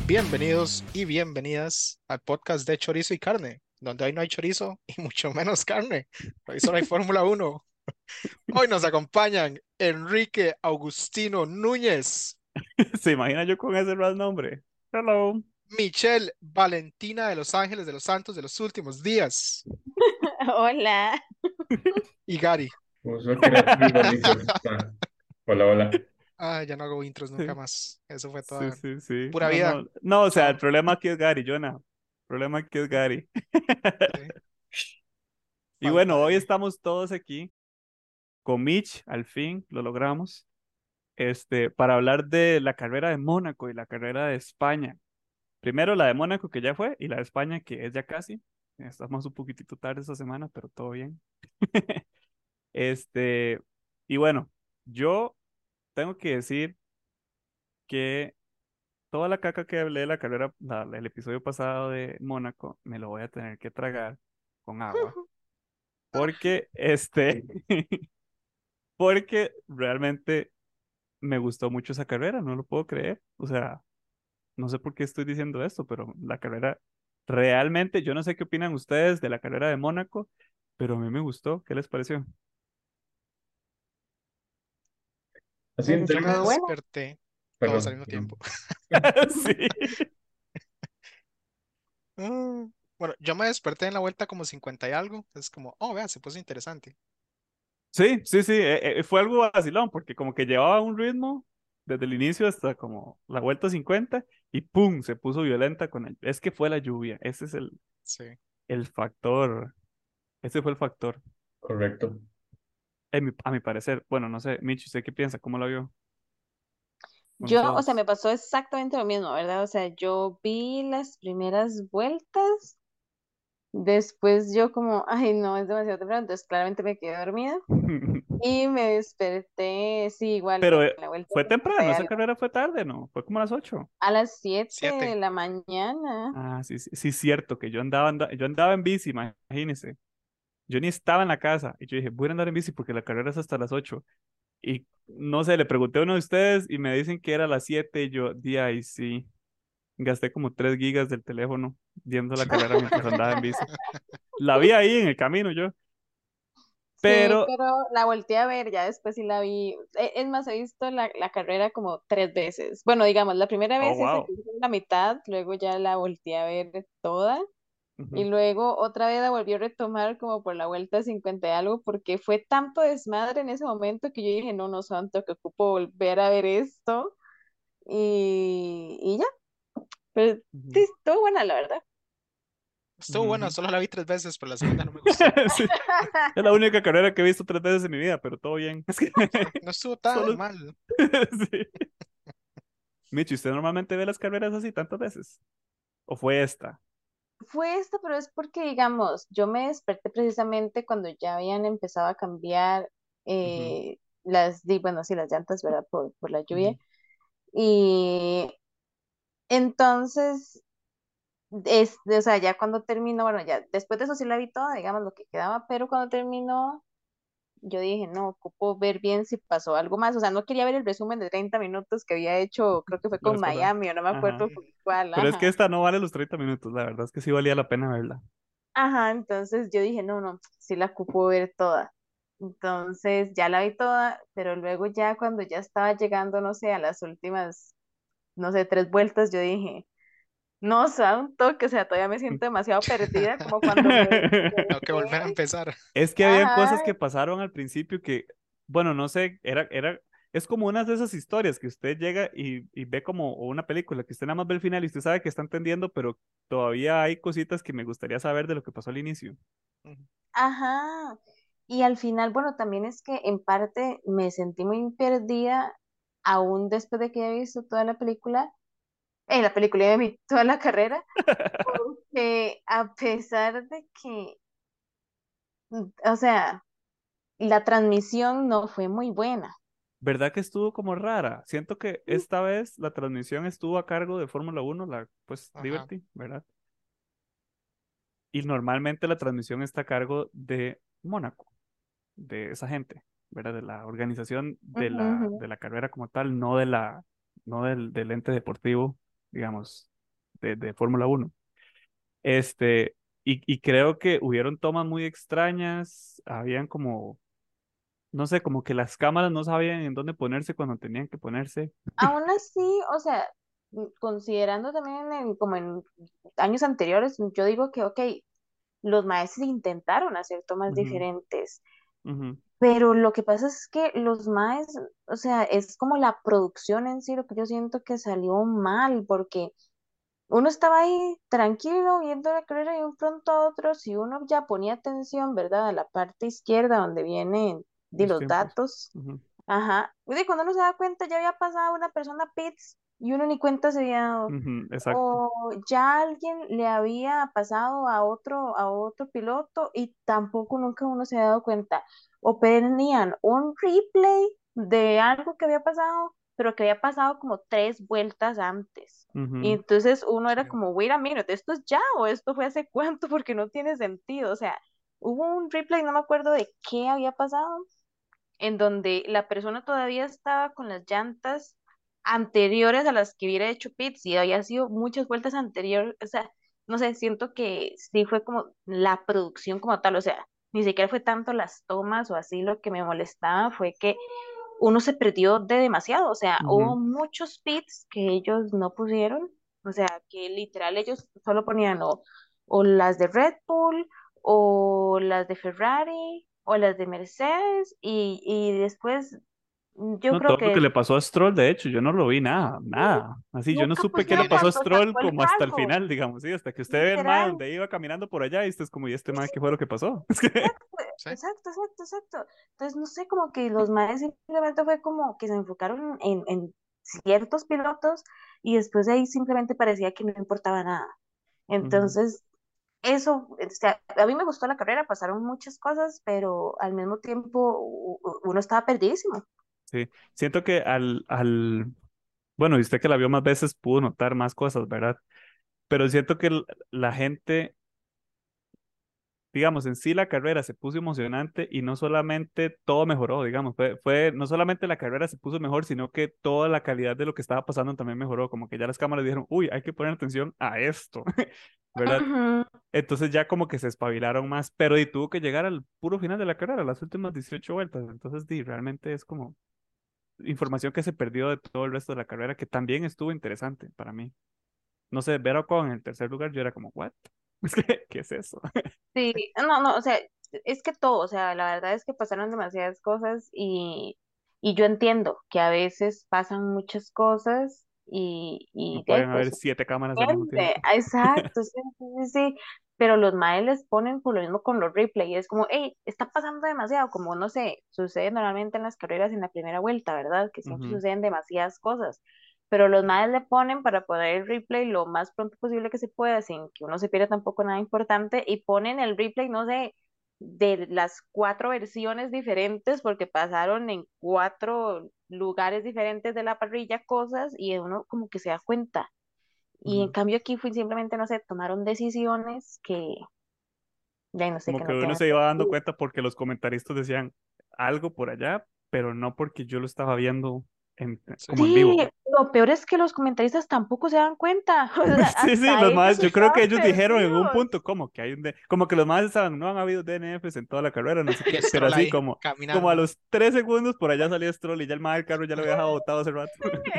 Bienvenidos y bienvenidas al podcast de Chorizo y Carne, donde hoy no hay chorizo y mucho menos carne. Hoy solo hay Fórmula 1. Hoy nos acompañan Enrique Augustino Núñez, ¿Se imagina yo con ese real nombre? Hello. Michelle Valentina de Los Ángeles de los Santos de los últimos días Hola. y Gary. Uso creativo igualito. Hola, hola. Ya no hago intros nunca Sí, más. Eso fue sí, toda sí, sí. pura No, vida. no, no, o sea, el Chao. problema aquí es Gary, Jonah. El problema aquí es Gary. Sí, Y bueno, falta hoy de... estamos todos aquí con Mitch, al fin, lo logramos, para hablar de la carrera de Mónaco y la carrera de España. Primero la de Mónaco, que ya fue, y la de España, que es ya casi. Estamos un poquitito tarde esta semana, pero todo bien. Este, y bueno, yo tengo que decir que toda la caca que hablé de la carrera, el episodio pasado de Mónaco, me lo voy a tener que tragar con agua. Porque, porque realmente me gustó mucho esa carrera, no lo puedo creer. O sea, no sé por qué estoy diciendo esto, pero la carrera, realmente, yo no sé qué opinan ustedes de la carrera de Mónaco, pero a mí me gustó. ¿Qué les pareció? Así en Pues Yo me estuvo términos, buena. desperté todos al perdón, mismo perdón. tiempo. Sí. Bueno, yo me desperté en la vuelta como 50 y algo. Es como, oh, vea, se puso interesante. Sí, sí, sí, fue algo vacilón, porque como que llevaba un ritmo desde el inicio hasta como la vuelta 50 y ¡pum! Se puso violenta con él. Es que fue la lluvia, ese es Sí. el factor, ese fue el factor, Correcto. a mi parecer. Bueno, no sé, Michi, ¿usted qué piensa? ¿Cómo lo vio con los Yo, o sea, ojos? me pasó exactamente lo mismo, ¿verdad? O sea, yo vi las primeras vueltas, después yo como, ay, no, es demasiado temprano, entonces claramente me quedé dormida y me desperté, sí, igual, Pero en la vuelta fue 50 temprano, y esa algo, carrera fue tarde, ¿no? Fue como a las 8. a las 7 de 7. la mañana. Ah, sí, sí, sí, cierto, que yo andaba en bici, imagínese. Yo ni estaba en la casa y yo dije, voy a andar en bici porque la carrera es hasta las 8. Y no sé, le pregunté a uno de ustedes y me dicen que era a las 7 y yo, di ahí sí, gasté como 3 gigas del teléfono viendo la carrera mientras andaba en bici. La vi ahí en el camino yo, Sí, pero, pero la volteé a ver, ya después sí la vi. Es más, he visto la carrera como 3 veces. Bueno, digamos, la primera oh, vez esa wow. que hice la mitad, luego ya la volteé a ver toda y Ujú. luego otra vez la volví a retomar como por la vuelta 50 y algo, porque fue tanto desmadre en ese momento que yo dije, no, no, santo, que ocupo volver a ver esto y ya, pero sí, Ujú. estuvo buena, la verdad. Estuvo buena, Ujú. solo la vi 3 veces, pero la segunda no me gustó. Sí, es la única carrera que he visto 3 veces en mi vida, pero todo bien. Es que No estuvo tan solo... mal. Sí. Michi, ¿usted normalmente ve las carreras así tantas veces? ¿O fue esta? Fue esto, pero es porque, digamos, yo me desperté precisamente cuando ya habían empezado a cambiar Ujú, bueno, sí, las llantas, ¿verdad? Por la lluvia. ujú. Y entonces, o sea, ya cuando terminó, bueno, ya después de eso sí la vi toda, digamos, lo que quedaba, pero cuando terminó, yo dije, no, ocupo ver bien si pasó algo más. O sea, no quería ver el resumen de 30 minutos que había hecho, creo que fue La con vez pasada. Miami, o no me Ajá. acuerdo con cuál, Pero es que ajá. esta no vale los 30 minutos, la verdad es que sí valía la pena verla. Ajá, entonces yo dije, no, no, sí la ocupo ver toda. Entonces ya la vi toda, pero luego ya cuando ya estaba llegando, no sé, a las últimas, no sé, 3 vueltas, yo dije, no, santo, que o sea, todavía me siento demasiado perdida, como cuando me Tengo que volver a desperté. empezar. Es que habían Ajá, cosas que pasaron al principio que, bueno, no sé, es como una de esas historias que usted llega y ve como una película, que usted nada más ve el final y usted sabe que está entendiendo, pero todavía hay cositas que me gustaría saber de lo que pasó al inicio. Ujú. ajá. Y al final, bueno, también es que en parte me sentí muy perdida, aún después de que había visto toda la película de toda la carrera, porque a pesar de que, o sea, la transmisión no fue muy buena. ¿Verdad que estuvo como rara? Siento que esta vez la transmisión estuvo a cargo de Fórmula 1, pues Ajá. Liberty, ¿verdad? Y normalmente la transmisión está a cargo de Mónaco, de esa gente, ¿verdad? De la organización Ujú, de ujú. la carrera como tal, no del ente deportivo, digamos. de Fórmula Uno. Este, y creo que hubieron tomas muy extrañas, habían como, no sé, como que las cámaras no sabían en dónde ponerse cuando tenían que ponerse. Aún así, o sea, considerando también como en años anteriores, yo digo que, ok, los maestros intentaron hacer tomas Ujú, diferentes, ujú, pero lo que pasa es que los maestros, o sea, es como la producción en sí lo que yo siento que salió mal, porque uno estaba ahí tranquilo viendo la carrera y de un pronto a otro, si uno ya ponía atención, ¿verdad? A la parte izquierda donde vienen de los los tiempos. datos. Ujú, Ajá. Y cuando uno se da cuenta, ya había pasado una persona pits y uno ni cuenta se había dado. ujú, exacto. O ya alguien le había pasado a otro piloto y tampoco nunca uno se había dado cuenta. O tenían un replay de algo que había pasado, pero que había pasado como 3 vueltas antes. Y Ujú, entonces uno Sí. era como, wait a minute, ¿esto es ya o esto fue hace cuánto? Porque no tiene sentido. O sea, hubo un replay, no me acuerdo de qué había pasado en donde la persona todavía estaba con las llantas anteriores a las que hubiera hecho pits y había sido muchas vueltas anteriores, o sea, no sé, siento que sí fue como la producción como tal, o sea, ni siquiera fue tanto las tomas o así, lo que me molestaba fue que uno se perdió de demasiado, o sea, hubo ujú. muchos pits que ellos no pusieron, o sea, que literal ellos solo ponían o las de Red Bull o las de Ferrari o las de Mercedes y después yo No, creo todo lo que que le pasó a Stroll, de hecho, yo no lo vi nada, nada. Así, yo no nunca supe qué le pusieron pasó a cuando Stroll sacó el como hasta el carro, final, digamos, sí, hasta que usted ve el mae literal. donde iba caminando por allá y usted es como, ¿y este mae qué fue lo que pasó? Es que, Exacto, Sí. exacto. Entonces, no sé, como que los maestros simplemente fue como que se enfocaron en ciertos pilotos y después de ahí simplemente parecía que no importaba nada. ujú, Entonces, eso, o sea, a mí me gustó la carrera, pasaron muchas cosas, pero al mismo tiempo uno estaba perdidísimo. sí, siento que bueno, y usted que la vio más veces pudo notar más cosas, ¿verdad? Pero siento que la gente, digamos, en sí la carrera se puso emocionante y no solamente todo mejoró, digamos, no solamente la carrera se puso mejor, sino que toda la calidad de lo que estaba pasando también mejoró, como que ya las cámaras dijeron, uy, hay que poner atención a esto, ¿verdad? Ujú. Entonces ya como que se espabilaron más, pero y tuvo que llegar al puro final de la carrera, las últimas 18 vueltas, entonces realmente es como información que se perdió de todo el resto de la carrera, que también estuvo interesante para mí. No sé, ver a Ocon en el tercer lugar, yo era como, ¿what? ¿Qué es eso? Sí, no, o sea, es que todo, o sea, la verdad es que pasaron demasiadas cosas y yo entiendo que a veces pasan muchas cosas No y de ahí pueden haber pues, 7 cámaras al mismo gente, tiempo. exacto, sí, sí, sí, sí, pero los maes les ponen por lo mismo con los replays, es como, hey, está pasando demasiado, como no sé, sucede normalmente en las carreras en la primera vuelta, ¿verdad? Que siempre Ujú, suceden demasiadas cosas, pero los maes le ponen para poder el replay lo más pronto posible que se pueda, sin que uno se pierda tampoco nada importante, y ponen el replay, no sé, de las 4 versiones diferentes, porque pasaron en 4 lugares diferentes de la parrilla cosas, y uno como que se da cuenta. Y en ujú. cambio aquí fue simplemente, no sé, tomaron decisiones que, ya no sé, Como que que no uno tienen se iba dando sentido. cuenta porque los comentaristas decían algo por allá, pero no porque yo lo estaba viendo Sí. como en Sí, vivo. lo peor es que los comentaristas tampoco se dan cuenta, o sea, Sí, sí, hasta los más, ellos yo creo que estaban ellos dijeron en un perdidos. punto como que hay como que los más estaban, no han habido DNFs en toda la carrera, no sé Y qué, pero Stroll así ahí, como a caminando. los 3 segundos por allá salía Stroll y ya el más del carro ya lo había dejado botado hace rato.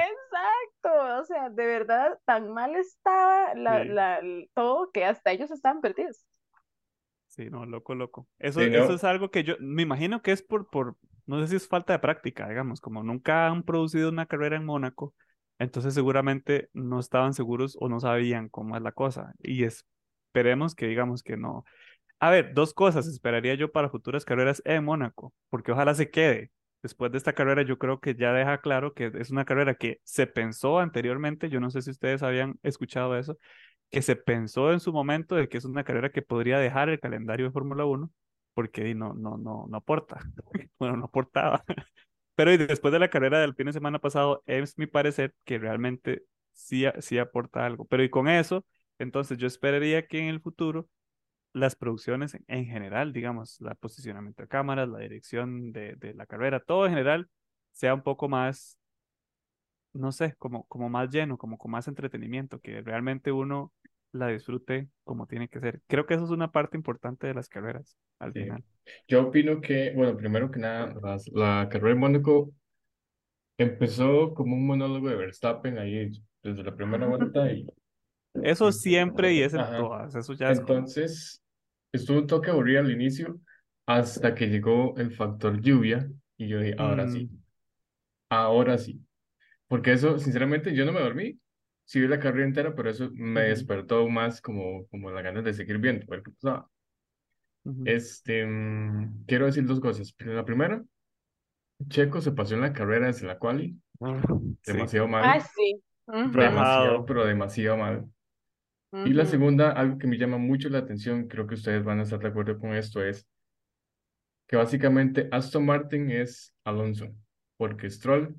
Exacto, o sea, de verdad, tan mal estaba Sí, todo que hasta ellos estaban perdidos. sí, no, loco, loco. Sí, Eso es no, algo que yo me imagino que es no sé si es falta de práctica, digamos, como nunca han producido una carrera en Mónaco, entonces seguramente no estaban seguros o no sabían cómo es la cosa. Y esperemos que digamos que no. A ver, dos cosas esperaría yo para futuras carreras en Mónaco, porque ojalá se quede. Después de esta carrera, yo creo que ya deja claro que es una carrera que se pensó anteriormente, yo no sé si ustedes habían escuchado eso, que se pensó en su momento de que es una carrera que podría dejar el calendario de Fórmula Uno, porque no aporta. Bueno, no aportaba. Pero y después de la carrera del fin de semana pasado, es mi parecer que realmente sí aporta algo. Pero y con eso, entonces yo esperaría que en el futuro las producciones en general, digamos, el posicionamiento de cámaras, la dirección de la carrera, todo en general sea un poco más no sé, como más lleno, como con más entretenimiento, que realmente uno la disfrute como tiene que ser. Creo que eso es una parte importante de las carreras al Sí. final. Yo opino que, bueno, primero que nada, la carrera de Mónaco empezó como un monólogo de Verstappen ahí desde la primera vuelta Eso siempre y es en ajá. todas, eso ya es como... Entonces, estuvo un toque aburrido al inicio hasta que llegó el factor lluvia y yo dije, mm, ahora sí. Porque eso, sinceramente, yo no me dormí. Sí vi la carrera entera, pero eso me ujú, despertó más como la ganas de seguir viendo. Porque, ujú. quiero decir dos cosas. La primera, Checo se pasó en la carrera desde la quali Sí, demasiado Ah, mal, sí. Ujú, demasiado, rajado. pero demasiado mal. Y la ujú. segunda, algo que me llama mucho la atención, creo que ustedes van a estar de acuerdo con esto, es que básicamente Aston Martin es Alonso, porque Stroll,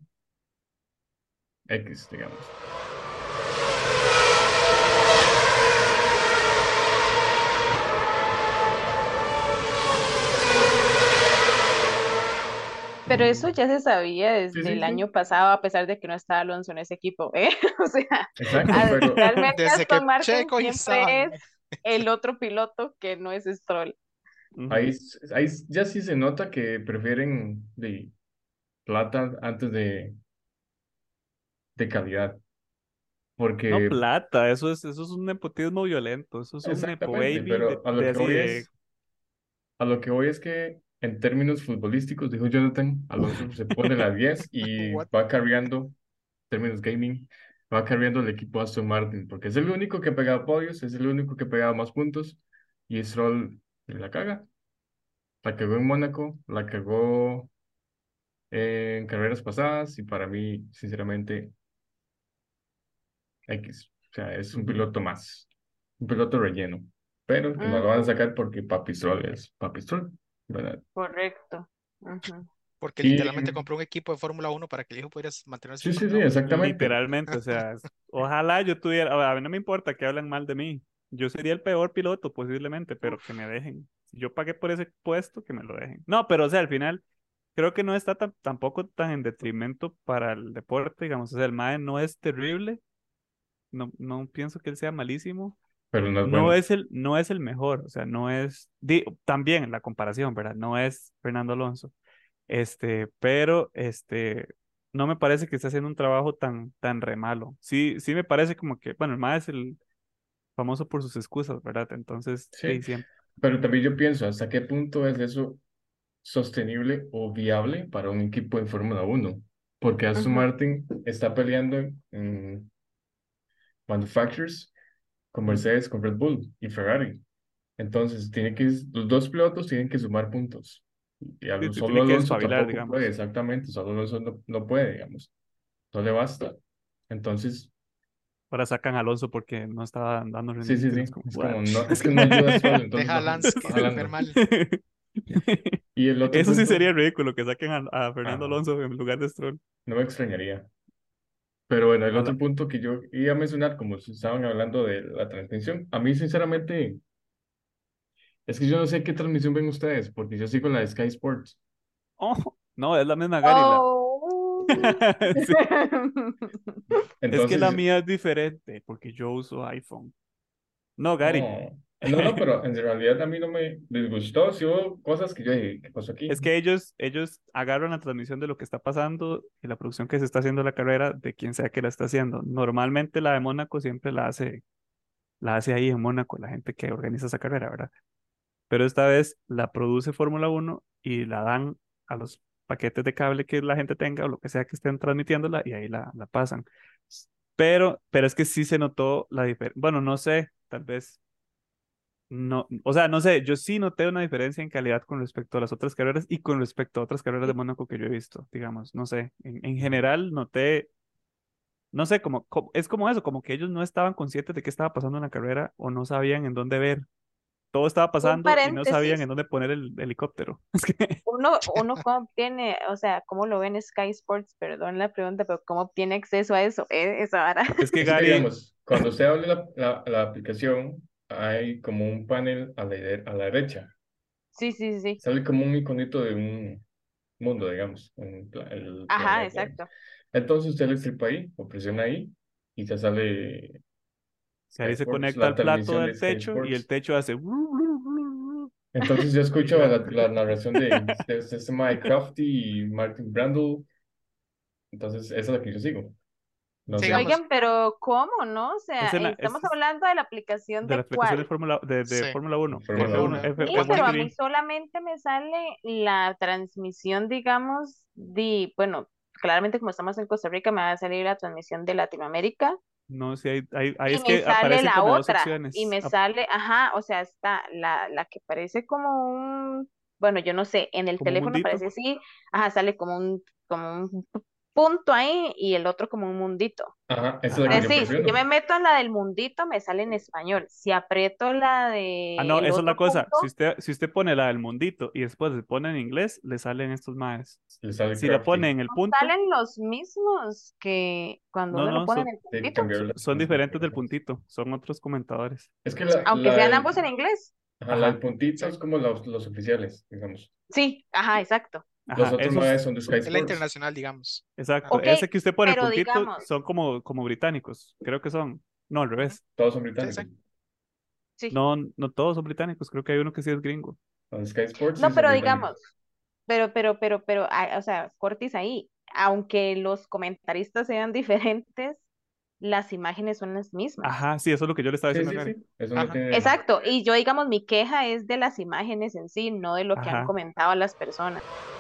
X, digamos. Pero eso ya se sabía Sí, desde sí, el sí, año pasado, a pesar de que no estaba Alonso en ese equipo, ¿eh? O sea, exacto, pero realmente Desde que Aston Martin Checo y siempre Sainz, es el otro piloto que no es Stroll. Ujú. ahí ya sí se nota que prefieren de plata antes de calidad, No porque plata, eso es un nepotismo violento, eso es un nepo exactamente, baby pero de así de... a lo que voy es que en términos futbolísticos, dijo Jonathan, Alonso se pone la 10 y what? va carreando, términos gaming, va carreando el equipo Aston Martin, porque es el único que ha pegado podios, es el único que ha pegado más puntos, y Stroll la caga. La cagó en Mónaco, la cagó en carreras pasadas, y para mí, sinceramente, X. O sea, es un Ujú, piloto más, un piloto relleno, pero que no lo van a Ujú, sacar porque Papi Stroll es Papi Stroll, ¿verdad? correcto. Ujú. Porque Y literalmente compró un equipo de Fórmula 1 para que el hijo pudiera mantenerse en sí, sí, sí, Fórmula 1. exactamente. literalmente, o sea, ojalá yo tuviera, a mí no me importa que hablen mal de mí, yo sería el peor piloto posiblemente, pero que me dejen. Si yo pagué por ese puesto, que me lo dejen. No, pero o sea, al final creo que no está tampoco tan en detrimento para el deporte, digamos, o sea, el MAE no es terrible, no pienso que él sea malísimo, Pero no es bueno. no es el mejor, o sea, no es, también la comparación, ¿verdad? No es Fernando Alonso, pero, no me parece que esté haciendo un trabajo tan re malo. Sí, sí me parece como que, bueno, el MAE es el famoso por sus excusas, ¿verdad? Entonces, Sí, siempre. pero también yo pienso, ¿hasta qué punto es eso sostenible o viable para un equipo en Fórmula Uno? Porque Aston Ujú. Martin está peleando en manufacturers con Ujú. Mercedes, con Red Bull y Ferrari. Entonces, los dos pilotos tienen que sumar puntos. Y Sí, sí, solo tiene que Alonso despabilar, tampoco puede, digamos. exactamente, solo Alonso no puede, digamos, no le basta. Entonces, Ahora sacan a Alonso porque no estaba dando sí, sí, rendimiento y no es sí, como, es ¿what? como, no, es que no ayuda a Stroll, entonces Deja a baja, Lance baja ver Lando. mal. Y el otro Eso sí punto, sería ridículo, que saquen a Fernando ajá, Alonso en lugar de Stroll. no me extrañaría. Pero bueno, el Ojalá. otro punto que yo iba a mencionar, como estaban hablando de la transmisión, a mí sinceramente, es que yo no sé qué transmisión ven ustedes, porque yo sigo la de Sky Sports. Oh, no, es la misma Gary. Oh. Sí. Es que la Entonces, mía es diferente porque yo uso iPhone. No, Gary. no, no, pero en realidad a mí no me disgustó, sí hubo cosas que yo dije, ¿qué pasó aquí? Es que ellos agarran la transmisión de lo que está pasando y la producción que se está haciendo la carrera de quien sea que la está haciendo. Normalmente la de Mónaco siempre la hace ahí en Mónaco, la gente que organiza esa carrera, ¿verdad? Pero esta vez la produce Fórmula Uno y la dan a los paquetes de cable que la gente tenga o lo que sea que estén transmitiéndola y ahí la pasan. Pero es que sí se notó la diferencia. Bueno, no sé, tal vez no, o sea, no sé, yo sí noté una diferencia en calidad con respecto a las otras carreras y con respecto a otras carreras de Mónaco que yo he visto, digamos, no sé, en general noté, no sé, es como eso, como que ellos no estaban conscientes de qué estaba pasando en la carrera o no sabían en dónde ver. Todo estaba Un pasando y no sabían en paréntesis. dónde poner el helicóptero. Es que, Uno cómo obtiene, o sea, cómo lo ve en Sky Sports, perdón la pregunta, pero cómo obtiene acceso a eso, esa vara. es que Es que, Gary, digamos, cuando usted abre la aplicación, hay como un panel a la derecha. Sí, sí, sí. Sale como un iconito de un mundo, digamos, el Ajá, planeta. exacto. Entonces usted le estripa ahí, o presiona ahí, y ya sale Que ahí Sky se Sports, conecta la al plato transmisión de del Sky techo y el Sports. techo hace... Entonces yo escucho Ya. la narración de este Mike Crafty y Martin Brundle. Entonces esa es la que yo sigo. No Sí, sé. digamos, Oigan, pero ¿cómo, no? O Es, sea, en la- estamos es hablando de la aplicación de la de aplicación de cuál. Fórmula de sí, Fórmula 1, Fórmula Fórmula F1, 1, 1. F, Sí, pero a mí F1. solamente me sale la transmisión, digamos, bueno, claramente como estamos en Costa Rica, me va a salir la transmisión de Latinoamérica No, sí, ahí y es me que sale aparecen la como dos otra y opciones. me sale, ajá, o sea, está la que parece como bueno, yo no sé, en el Como un teléfono mundito. parece así, ajá, sale como un punto ahí y el otro como un mundito. Ajá, esa es la que Ajá. yo Entonces, sí, si yo me presiono. meto en la del mundito, me sale en español. Si aprieto la Ah, de no, el esa es la otro cosa. Si punto, usted, si usted pone la del mundito y después le pone en inglés, le salen estos maes. Le sale Si la pone Crafty. en el no punto, salen los mismos que cuando no, uno lo no, pone en el Hay que puntito, cambiar son las diferentes del configuraciones. puntito. Son otros comentadores. Es que sí, aunque sean ambos en inglés. la del Ajá, puntito sí. es como los oficiales, digamos. Sí, ajá, exacto. Los ajá. otros maes Esos, son de Sky Es la Sports. internacional, digamos. exacto. Ah, Ok, Ese que usted pone el pero puntito digamos, son como británicos. Creo que son. No, al ujú, revés. Todos son sí, sí. británicos. sí. No, no todos son británicos. Creo que hay uno que sí es gringo. Los de Sky Sports sí No, son pero británicos. digamos, o sea, Cortis ahí, aunque los comentaristas sean diferentes, las imágenes son las mismas. Ajá, sí, eso es lo que yo le estaba Sí, diciendo a sí, Karen. sí. Eso no Ajá. tiene. Exacto, y yo, digamos, mi queja es de las imágenes en sí, no de lo que han Ajá. comentado las personas.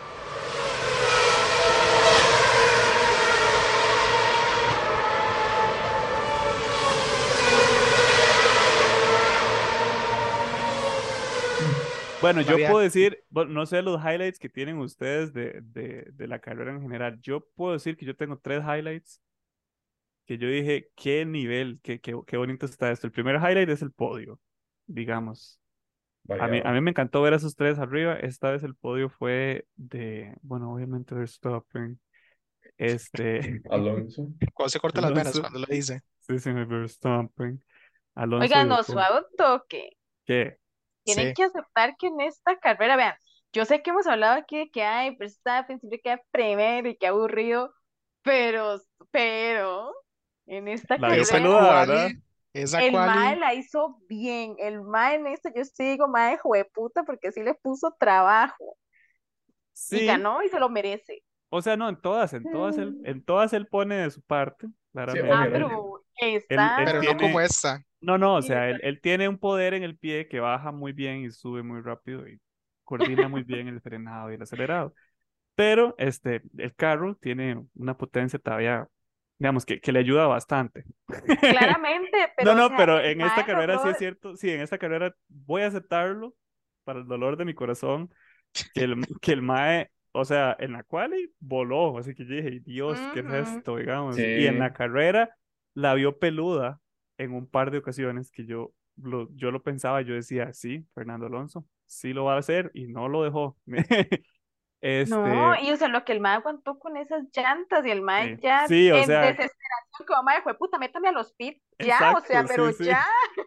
Bueno, yo Fabián, puedo decir, bueno, no sé los highlights que tienen ustedes de la carrera en general. Yo puedo decir que yo tengo tres highlights que yo dije, qué nivel, qué bonito está esto. El primer highlight es el podio, digamos. A mí Variado. me encantó ver a esos tres arriba. Esta vez el podio fue bueno, obviamente Verstappen, este, Alonso. cuando se corta las venas, Alonso, cuando lo dice. sí, sí, Verstappen, Alonso y Oigan, no, Ocon. suave un toque. ¿Qué? Tienen Sí, que aceptar que en esta carrera, vean, yo sé que hemos hablado aquí de que hay Verstappen siempre queda primero y qué aburrido, pero, pero, en esta La vio esa carrera, peluda, ¿verdad? quali, esa el Mae quali, la hizo bien. El Mae en esta, yo sí digo Mae jueputa porque sí le puso trabajo y Sí, ganó y se lo merece. o sea, no, Mm. en todas él pone de su parte, Sí, Ah, claramente. obviamente. pero Él esta, pero no como tiene, esta. no, no, o sí, sea, él tiene un poder en el pie que baja muy bien y sube muy rápido y coordina muy bien el frenado y el acelerado. Pero el carro tiene una potencia todavía, digamos, que le ayuda bastante. claramente, No, pero o no, sea, pero el en esta Mae carrera sí logró. es cierto, sí, en esta carrera voy a aceptarlo para el dolor de mi corazón, que el Mae, o sea, en la quali voló, así que yo dije, Dios, ¿qué es Ujú. esto? Digamos, y en la Sí. carrera la vio peluda en un par de ocasiones que yo lo pensaba, yo decía, sí, Fernando Alonso, sí lo va a hacer y no lo dejó. No, Este, y o sea, lo que el mae aguantó con esas llantas y el mae sí, ya sí, o en sea, desesperación como mae fue puta, métame a los pits ya, o sea, exacto, pero sí, sí. ya.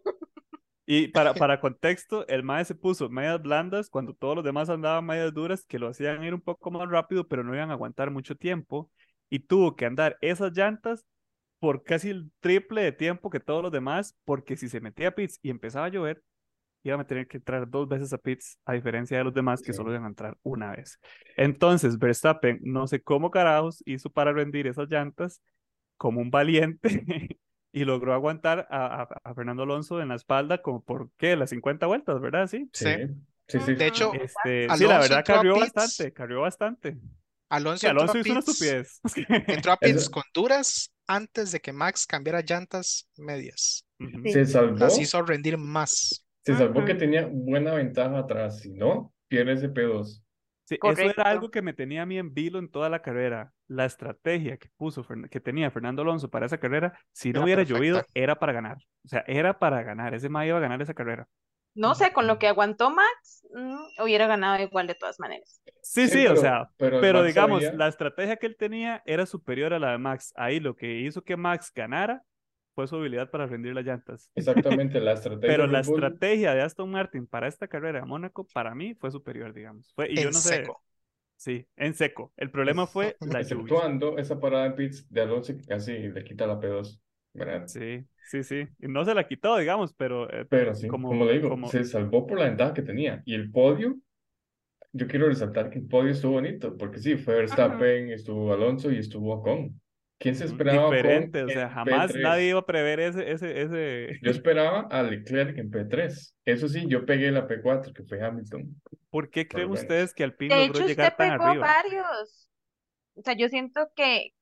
Y para contexto, el mae se puso medias blandas cuando todos los demás andaban medias duras que lo hacían ir un poco más rápido, pero no iban a aguantar mucho tiempo. Y tuvo que andar esas llantas por casi el triple de tiempo que todos los demás, porque si se metía a pits y empezaba a llover, iban a tener que entrar dos veces a pits, a diferencia de los demás que solo Sí. iban a entrar una vez. Entonces, Verstappen, no sé cómo carajos hizo para rendir esas llantas como un valiente y logró aguantar a Fernando Alonso en la espalda como por, ¿qué? Las 50 vueltas, ¿verdad? Sí. Sí. Sí. Sí, De sí. hecho, Sí, la Alonso verdad entró a carrió pits. bastante, carrió bastante. Sí, Alonso entró a Alonso hizo una pits. estupidez. Entró a pits Eso con duras antes de que Max cambiara llantas medias. Ujú. Sí. se Las salvó. hizo rendir más. Se salvó que Ujú, tenía buena ventaja atrás. Si no, pierde ese P2. Sí, eso era algo correcto. que me tenía a mí en vilo en toda la carrera. La estrategia que tenía Fernando Alonso para esa carrera, si no Era hubiera perfecta. llovido, era para ganar. O sea, era para ganar. Ese mae iba a ganar esa carrera. No sé, con lo que aguantó Max, hubiera ganado igual de todas maneras. Sí, Sí, sí, o sea, pero pero Max digamos, sabía la estrategia que él tenía era superior a la de Max. Ahí lo que hizo que Max ganara fue su habilidad para rendir las llantas. exactamente la estrategia Pero de la Red Bull. estrategia de Aston Martin para esta carrera de Mónaco, para mí, fue superior, digamos. Y yo En no sé, seco. Sí, en seco. El problema fue la lluvia. Exceptuando esa parada en pits de Alonso que casi le quita la P2, ¿verdad? Sí, sí, sí. Y no se la quitó, digamos, pero Pero sí, como le digo, como, se salvó por la ventaja que tenía. Y el podio, yo quiero resaltar que el podio estuvo bonito, porque sí, fue Ujú. Verstappen, estuvo Alonso y estuvo Ocon. ¿Quién se ujú, esperaba a Ocon diferente, o sea, en jamás nadie P3? iba a prever ese, Yo esperaba a Leclerc en P3. Eso sí, yo pegué la P4, que fue Hamilton, ¿Por qué por lo creen menos. ustedes que Alpine De logró hecho, usted llegar tan pegó arriba? varios. O sea, yo siento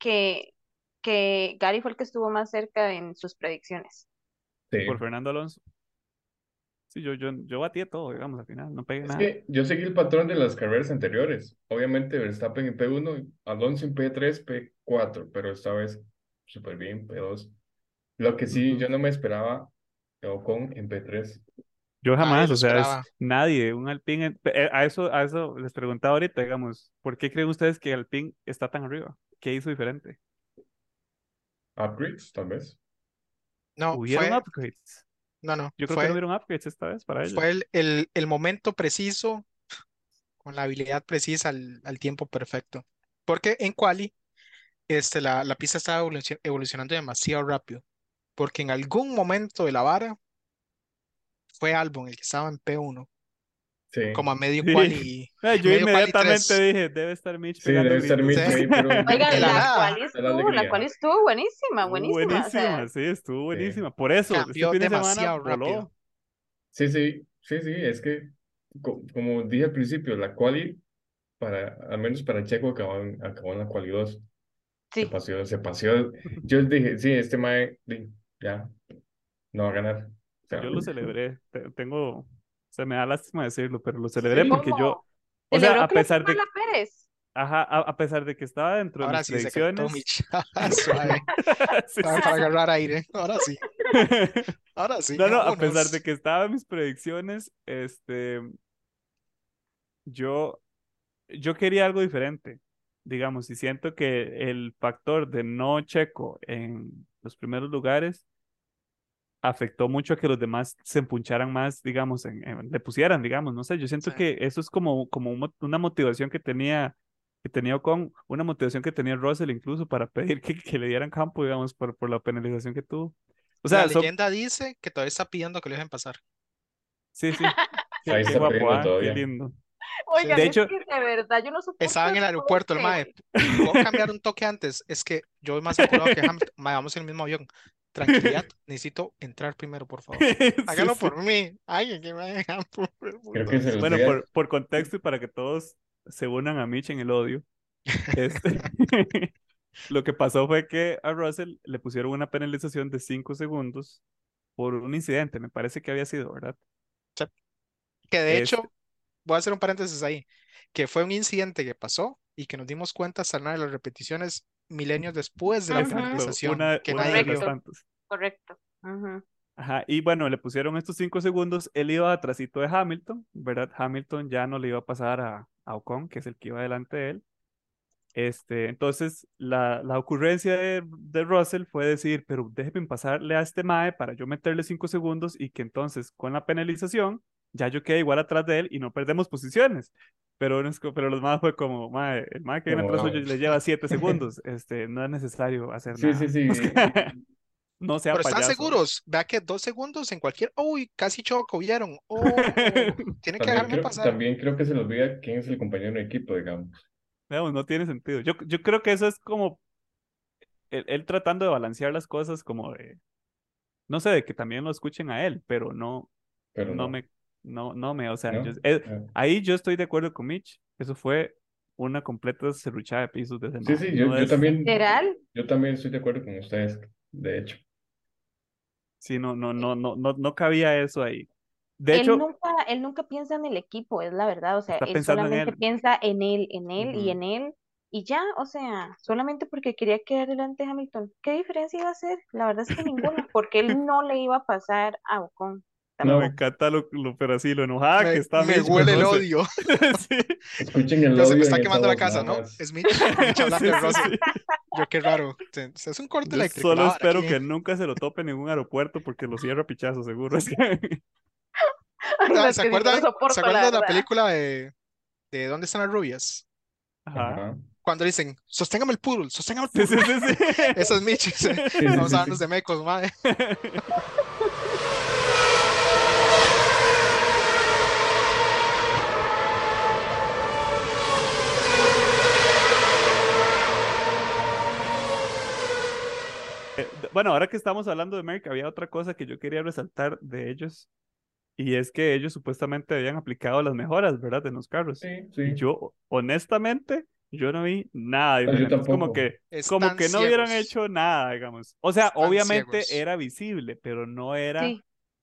que Gary fue el que estuvo más cerca en sus predicciones. Por Sí. Fernando Alonso. Sí, yo batí todo, digamos, al final, no pegué Es nada. que yo seguí el patrón de las carreras anteriores. Obviamente Verstappen en P1, Alonso en P3, P4, pero esta vez súper bien, P2. Lo que sí, Ujú. yo no me esperaba Ocon en P3. Yo Nadie jamás, lo o sea, es esperaba. nadie, un Alpine, a eso les preguntaba ahorita, digamos, ¿por qué creen ustedes que Alpine está tan arriba? ¿Qué hizo diferente? Upgrades, tal vez. No, ¿Hubieron upgrades? no, Yo creo que no hubieron upgrades esta vez para fue ellos. el momento preciso, con la habilidad precisa al tiempo perfecto. Porque en quali, la pista estaba evolucionando demasiado rápido. Porque en algún momento de la vara fue Albon el que estaba en P1, Sí, como a medio Sí, quali, yo medio quali inmediatamente 3. dije, debe estar Mitch sí, debe pegando estar gritos. Sí, Mitch ahí, pero de Oigan, la da nada la la alegría. cual estuvo buenísima, Estuvo buenísima. O sea, buenísima, sí, estuvo Sí, buenísima. Por eso, este cambió fin de semana demasiado rápido. voló. sí, sí, sí, sí, es que, como dije al principio, la quali, al menos para Checo, acabó en la quali 2. Se sí. paseó, se paseó. Yo dije, sí, este mae, ya, no va a ganar. O sea, Yo lo celebré. Se me da lástima decirlo, pero lo celebré sí, porque yo, ¿Cómo? o sea, Celebró a que le pesar fue mal de, a Pérez. ajá, a pesar de que estaba dentro de Ahora mis sí se calentó predicciones, Mitch. Suave. sí, Suave sí, para sí. agarrar aire. Ahora sí. Ahora sí, No, no, a pesar de vámonos. que estaba en mis predicciones, yo, yo quería algo diferente, digamos, y siento que el factor de no Checo en los primeros lugares afectó mucho a que los demás se empuncharan más, digamos, le pusieran, digamos, no sé, yo siento Sí. que eso es como una motivación que tenía Ocon, una motivación que tenía Russell incluso para pedir que le dieran campo, digamos, por la penalización que tuvo. O La sea, son, leyenda dice que todavía está pidiendo que lo dejen pasar. sí, sí, ahí qué está guapo, pidiendo ¿ah? Qué todavía. lindo. Sí, De Oigan, es hecho, que de verdad yo no estaba soporto en el ese aeropuerto el mae. pobre. ¿Puedo cambiar un toque antes? Es que yo voy más apurado que Hamilton. Mae, vamos en el mismo avión. Tranquilidad, necesito entrar primero, por favor. sí, Hágalo sí. por mí. Ay, que me dejan por Creo que se putas. le Bueno, olvida, por contexto y para que todos se unan a Mitch en el odio, este, lo que pasó fue que a Russell le pusieron una penalización de 5 segundos por un incidente, me parece que había sido, ¿verdad? O sea, que de Este, hecho, voy a hacer un paréntesis ahí, que fue un incidente que pasó y que nos dimos cuenta hasta una de las repeticiones milenios después de la Ujú. exacto, penalización, una, que una nadie de las vio. Correcto, tantas. correcto. Ujú. Ajá, y bueno, le pusieron estos 5 segundos, él iba atrasito de Hamilton, ¿verdad? Hamilton ya no le iba a pasar a Ocon, que es el que iba delante de él. Entonces, la ocurrencia de Russell fue decir, pero déjenme pasarle a este Mae para yo meterle 5 segundos y que entonces con la penalización ya yo quede igual atrás de él y no perdemos posiciones. Pero, pero los Mae fue como, Mae, el Mae que viene atrás como, suyo le lleva 7 segundos, no es necesario hacer sí, sí, nada. sí. No sea Pero están payaso. seguros, vea que 2 segundos en cualquier, uy, casi choco, ¿vieron? Oh, tiene que dejarme pasar. También creo que se le olvida quién es el compañero de equipo, digamos. Veamos, no tiene sentido. Yo creo que eso es como él tratando de balancear las cosas como de no sé, de que también lo escuchen a él, pero no, Pero no no, me, no me, o sea, ¿no? ahí yo estoy de acuerdo con Mitch, eso fue una completa serruchada de pisos de ese Sí, mae, sí, no es, Literal, yo también estoy de acuerdo con ustedes, de hecho. sí, no, no, no, no, no, no cabía eso ahí. De hecho, él nunca piensa en el equipo, es la verdad. O sea, está él pensando en solamente él. piensa en él y Ujú. en él. Y ya, o sea, solamente porque quería quedar delante de Hamilton. ¿Qué diferencia iba a hacer? La verdad es que ninguna, porque él no le iba a pasar a Ocon No, me No, tampoco. encanta pero así, lo enojada que está Me Mitch con huele el Russell. odio. Sí, escuchen el Yo se me audio en está esa quemando la voz, casa, nada ¿no? más. Es Mitch hablando sí, de sí, Russell. sí. Yo qué raro. Es un corte Yo eléctrico la solo vara espero aquí. que nunca se lo tope en ningún aeropuerto porque lo cierra a pichazo, seguro. Es que Ay, no, Ah, es que si no lo ¿Se soporto, la acuerdan de la verdad. película de ¿Dónde están las rubias? Ajá. Ajá. Cuando dicen, sosténgame el Sí, poodle. sí, sí, sí. Esas michis. Sí, sí, Vamos a sí, darnos sí. de mecos, madre. Bueno, ahora que estamos hablando de Merck, había otra cosa que yo quería resaltar de ellos, y es que ellos supuestamente habían aplicado las mejoras, ¿verdad? En los carros. Sí, Y sí. yo, honestamente, yo no vi nada No, yo diferente. Es tampoco. como Están que no hubieran ciegos. hecho nada, digamos. O sea, Están obviamente ciegos. era visible, pero Sí,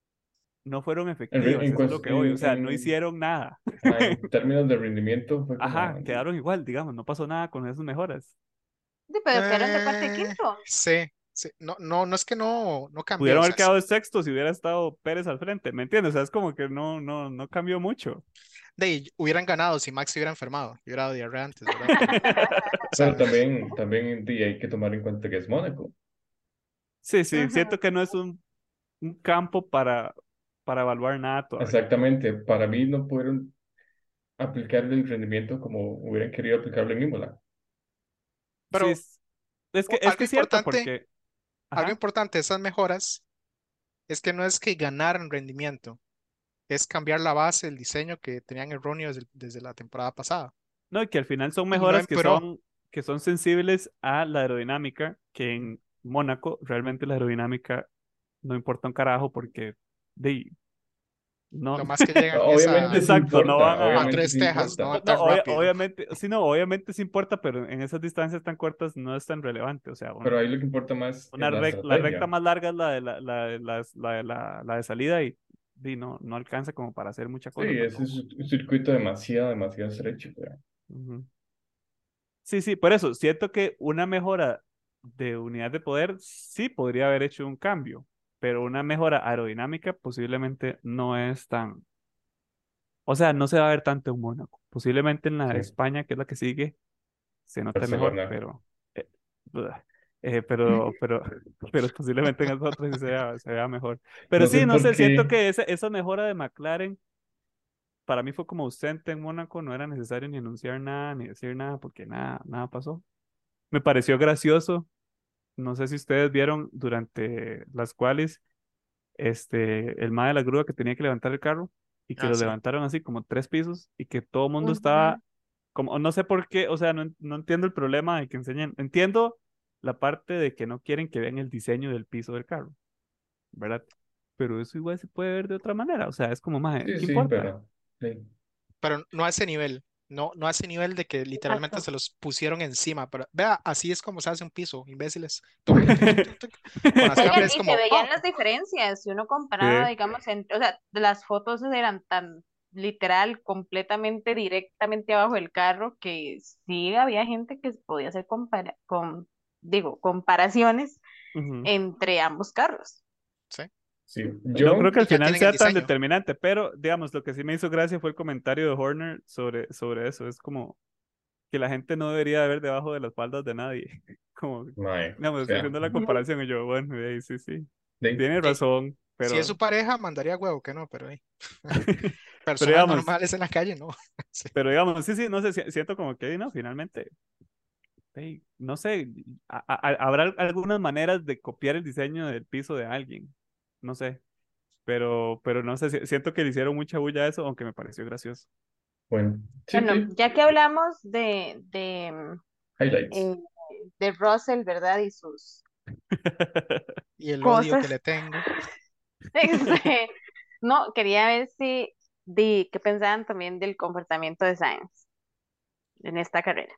no fueron efectivas, En, eso es lo que voy. O sea, no en, hicieron nada. en términos de rendimiento fue como, Ajá, quedaron igual, digamos, no pasó nada con esas mejoras. sí, pero quedaron de cuarto y Eh, quinto. sí, sí. No, no, no es que no cambió. O Pudieron haber sea, quedado de sexto si hubiera estado Pérez al frente, ¿me entiendes? O sea, es como que no cambió mucho. hubieran ganado si Max se hubiera enfermado. Y hubiera dado diarrea antes, ¿verdad? Pero, o pero sea, también hay que tomar en cuenta que es Mónaco. Sí, sí, Ujú. siento que no es un campo para evaluar nada todavía. Exactamente, para mí no pudieron aplicarle el rendimiento como hubieran querido aplicarlo en Imola. Sí, pero es que es cierto porque, algo ajá, importante de esas mejoras es que no es que ganaran rendimiento, es cambiar la base, el diseño que tenían erróneo desde la temporada pasada. no, y que al final son Y no mejoras empeoró. que son sensibles a la aerodinámica, que en Mónaco realmente la aerodinámica no importa un carajo porque de, no, Lo más que llegan es Obviamente sí exacto, no van importa, a obviamente tres sí tejas, no importa. a tan rápido. obviamente, sí, no, obviamente sí importa, pero en esas distancias tan cortas no es tan relevante. O sea, Pero ahí lo que importa más es la la recta estrategia. más larga es la de salida y no alcanza como para hacer mucha Sí, cosa ese es tampoco. un circuito demasiado estrecho. Pero Ujú. Sí, sí, por eso siento que una mejora de unidad de poder sí podría haber hecho un cambio, pero una mejora aerodinámica posiblemente no es tan, o sea, no se va a ver tanto en Mónaco. Posiblemente en la sí, de España, que es la que sigue, se note mejor, Barcelona. pero, eh, ugh, eh, pero, pero, pero posiblemente en las otras sí se vea mejor. Pero No sé sí, no por sé, siento qué. que esa mejora de McLaren para mí fue como ausente en Mónaco, no era necesario ni anunciar nada, ni decir nada, porque nada pasó. Me pareció gracioso, no sé si ustedes vieron durante las cuales el mae de la grúa que tenía que levantar el carro y que Ah, lo sí. levantaron así como 3 pisos y que todo el mundo Ujú. estaba como, no sé por qué, o sea, no entiendo el problema de que enseñen, entiendo la parte de que no quieren que vean el diseño del piso del carro, ¿verdad? Pero eso igual se puede ver de otra manera, o sea, es como, mae, Sí, ¿qué sí, importa? pero sí. Pero no a ese nivel. No, no a ese nivel de que literalmente Exacto. se los pusieron encima. Pero vea, así es como se hace un piso, imbéciles. Tuc, tuc, tuc, tuc, tuc, tuc. Con las Oigan, cámaras es y se como, veían las diferencias, si uno comparaba, Sí. digamos, o sea, las fotos eran tan literal, completamente directamente abajo del carro, que sí había gente que podía hacer comparaciones Ujú. "Mm, entre ambos carros. sí. Sí, No creo que Y al ya final tienen el sea tan diseño. determinante, pero digamos, lo que sí me hizo gracia fue el comentario de Horner sobre eso. Es como que la gente no debería de ver debajo de las faldas de nadie. Como, mae, o digamos, sea, haciendo la comparación, y yo, bueno, sí, sí, de- tiene Sí. razón, Si es su pero, pareja, mandaría huevo, que no, pero pero personas digamos, normales en la calle, no. Sí. pero digamos, sí, sí, no sé, siento como que, no, finalmente, no sé, habrá algunas maneras de copiar el diseño del piso de alguien, no sé, pero no sé, siento que le hicieron mucha bulla a eso, aunque me pareció gracioso. bueno, sí, Bueno, sí, ya que hablamos highlights. eh, de Russell, ¿verdad? Y sus Y el odio que cosas, le tengo. este, no, quería ver qué pensaban también del comportamiento de Sainz en esta carrera.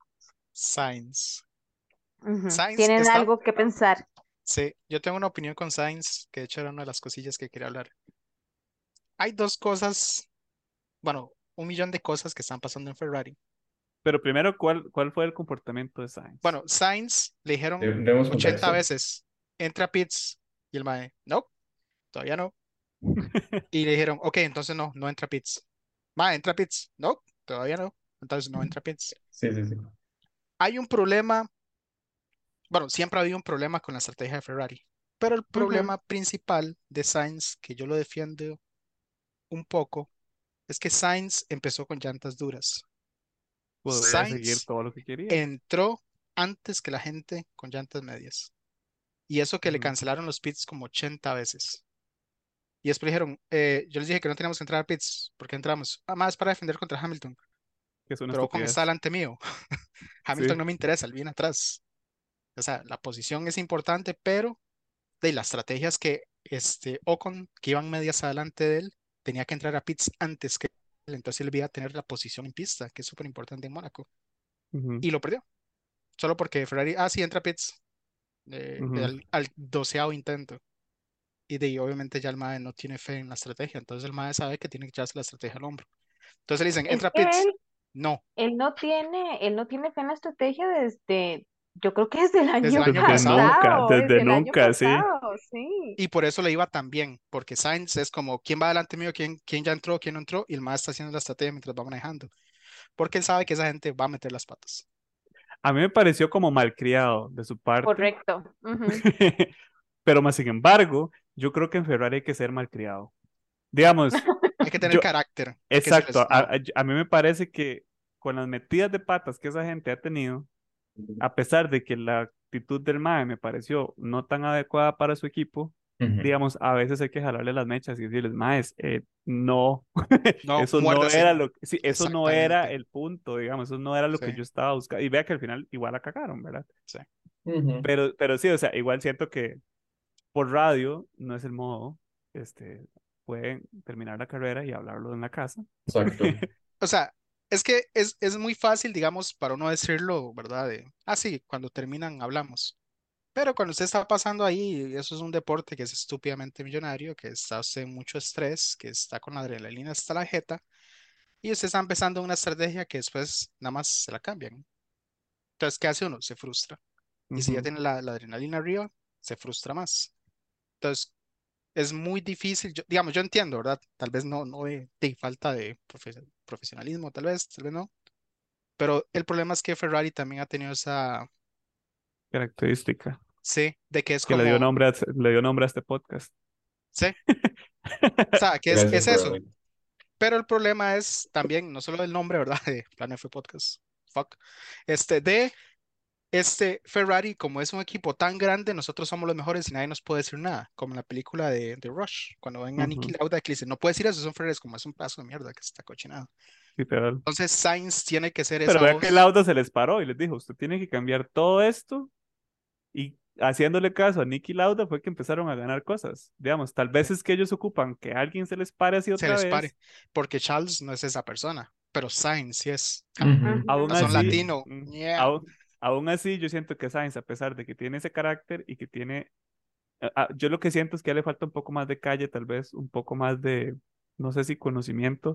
Sainz. Ujú. Sainz ¿Tienen está. algo que pensar? Sí, yo tengo una opinión con Sainz, que de hecho era una de las cosillas que quería hablar. Hay dos cosas, bueno, un millón de cosas que están pasando en Ferrari. Pero primero, ¿cuál fue el comportamiento de Sainz? Bueno, Sainz le dijeron Demos 80 contexto. veces, entra a pits, y el mae, no, todavía no. Y le dijeron, ok, entonces no, no entra a pits. Mae, entra a pits, no, todavía no. Entonces no entra a pits. Sí, sí, sí. Hay un problema, bueno, siempre ha habido un problema con la estrategia de Ferrari, pero el Ujú. problema principal de Sainz, que yo lo defiendo un poco, es que Sainz empezó con llantas duras. podría seguir Sainz todo lo que quería. entró antes que la gente con llantas medias. Y eso que le Ujú. cancelaron los pits como 80 veces. Y después dijeron, yo les dije que no teníamos que entrar a pits, porque entramos. Ah, más para defender contra Hamilton. Que es una Pero Ocon está estupidez. delante mío. Hamilton Sí. no me interesa, él viene atrás. O sea, la posición es importante, pero de la estrategia es que Ocon, que iban medias adelante de él, tenía que entrar a pits antes que él. Entonces él iba a tener la posición en pista, que es súper importante en Mónaco. Ujú, Y lo perdió. Solo porque Ferrari, sí, entra a pits ujú. al 12.º intento. Y de ahí, obviamente ya el MAE no tiene fe en la estrategia. Entonces el MAE sabe que tiene que echarse la estrategia al hombro. Entonces le dicen, Es entra a que pits. No, él no tiene fe en la estrategia desde, yo creo que desde el desde el año año pasado. Desde desde el año nunca, sí. pasado, sí. Y por eso le iba tan bien, porque Sainz es como, ¿quién va delante mío? ¿Quién ya entró? ¿Quién no entró? Y el MAE está haciendo la estrategia mientras va manejando. Porque él sabe que esa gente va a meter las patas. A mí me pareció como malcriado de su parte, Correcto. Ujú. pero más sin embargo, yo creo que en Ferrari hay que ser malcriado. Digamos, Hay que tener yo, carácter, porque se exacto, les... No, a mí me parece que con las metidas de patas que esa gente ha tenido, a pesar de que la actitud del MAE me pareció no tan adecuada para su equipo, Ujú. digamos, a veces hay que jalarle las mechas y decirles, MAES, no, no, eso no muérdase. era sí, eso no era Exactamente. el punto, digamos, eso no era lo Sí, que yo estaba buscando. Y vea que al final igual la cagaron, ¿verdad? sí. Ujú. Pero sí, o sea, igual siento que por radio no es el modo, este, pueden terminar la carrera y hablarlo en la casa. Exacto. O sea, es que es muy fácil, digamos, para uno decirlo, ¿verdad? Sí, cuando terminan hablamos. Pero cuando usted está pasando ahí, eso es un deporte que es estúpidamente millonario, que está usted en mucho estrés, que está con la adrenalina hasta la jeta, y usted está empezando una estrategia que después nada más se la cambian. Entonces, ¿qué hace uno? Se frustra. Y si ya Ujú, tiene la adrenalina arriba, se frustra más. Entonces, es muy difícil, digamos, yo entiendo, ¿verdad? Tal vez no de falta de profesionalismo, tal vez no. Pero el problema es que Ferrari también ha tenido esa, característica sí, de que es que como, le dio nombre a este podcast. sí, o sea, que Gracias es por eso. venir. Pero el problema es también, no solo el nombre, ¿verdad? De Plan F Podcast, fuck, de Ferrari, como es un equipo tan grande, nosotros somos los mejores y nadie nos puede decir nada, como en la película de Rush, cuando ven a Niki Ujú, Lauda que le dicen, no puedes decir eso, son Ferraris, como es un pedazo de mierda que está cochinado. literal. Entonces Sainz tiene que ser Pero esa vea que voz. Lauda se les paró y les dijo, usted tiene que cambiar todo esto y haciéndole caso a Nicky Lauda fue que empezaron a ganar cosas. Digamos, tal vez es que ellos ocupan que alguien se les pare así Se otra les pare, vez. porque Charles no es esa persona, pero Sainz sí es. Ujú. Aún Razón Así así, es. latino, yeah. aún así yo siento que Sainz, a pesar de que tiene ese carácter y que tiene, yo lo que siento es que le falta un poco más de calle, tal vez un poco más de, no sé si conocimiento,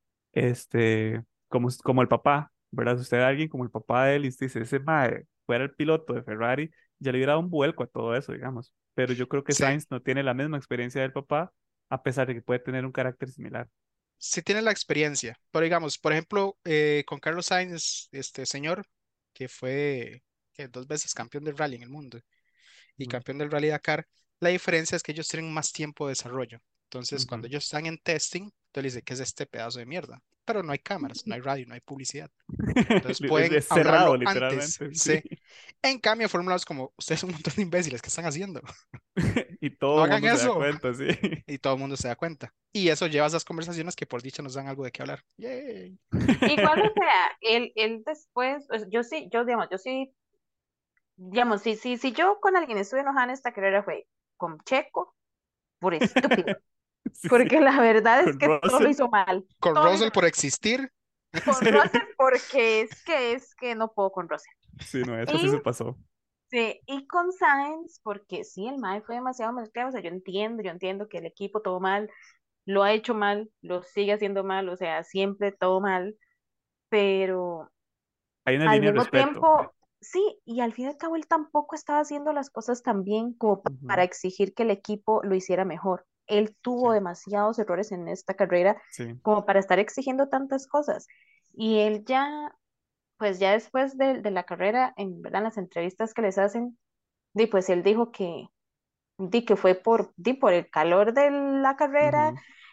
como el papá, ¿verdad? Si usted ve a alguien como el papá de él y usted dice, ese mae fuera el piloto de Ferrari, ya le hubiera dado un vuelco a todo eso, digamos. Pero yo creo que Sí, Sainz no tiene la misma experiencia del papá, a pesar de que puede tener un carácter similar. sí tiene la experiencia, pero digamos, por ejemplo, con Carlos Sainz, este señor, que fue 2 veces campeón del rally en el mundo y Ujú, campeón del Rally Dakar, la diferencia es que ellos tienen más tiempo de desarrollo. Entonces, cuando ujú. ellos están en testing, entonces les dice, ¿qué es este pedazo de mierda? Pero no hay cámaras, no hay radio, no hay publicidad. Entonces pueden Es cerrado, hablarlo antes, literalmente, sí. ¿sí? En cambio, Fórmula 1 es como, ustedes son un montón de imbéciles, ¿qué están haciendo? Y No todo el hagan mundo se da eso. cuenta, sí. Y todo el mundo se da cuenta. Y eso lleva a esas conversaciones que por dicha nos dan algo de qué hablar. Yay. Igual, o sea, él después, o sea, digamos, yo sí, digamos, si yo con alguien estuve enojada en esta carrera fue con Checo por estúpido, Sí, sí. porque la verdad es Con que todo lo Russell. hizo mal, Con todo lo hizo Russell por mal. existir. Con Russell porque es que no puedo con Russell. Sí, no, esa sí Y, se pasó. sí, y con Sainz porque sí, el Mae fue demasiado malcriado, o sea, yo entiendo que el equipo todo mal, lo ha hecho mal, lo sigue haciendo mal, o sea, siempre todo mal, pero Hay una al línea de mismo respeto. tiempo, sí, y al fin y al cabo él tampoco estaba haciendo las cosas tan bien como para Ujú, exigir que el equipo lo hiciera mejor. Él Sí, tuvo demasiados errores en esta carrera sí. como para estar exigiendo tantas cosas. Y él ya, pues ya después de la carrera, en verdad, en las entrevistas que les hacen, pues él dijo que fue por el calor de la carrera Ujú.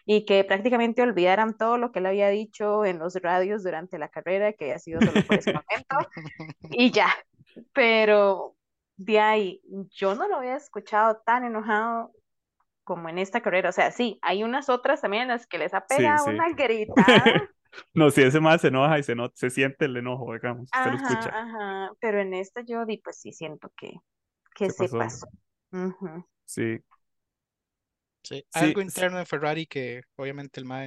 y que prácticamente olvidaran todo lo que él había dicho en los radios durante la carrera, que había sido solo por ese momento, y ya. Pero de ahí, yo no lo había escuchado tan enojado como en esta carrera. O sea, sí, hay unas otras también en las que les ha Sí, pegado sí. una gritada. No, si ese más se enoja y se siente el enojo, digamos, usted lo Ajá, escucha, ajá. Pero en esta yo di, pues sí siento que se se pasó. pasó. Ujú. Sí, Sí, hay sí, algo interno en Ferrari que obviamente el MAE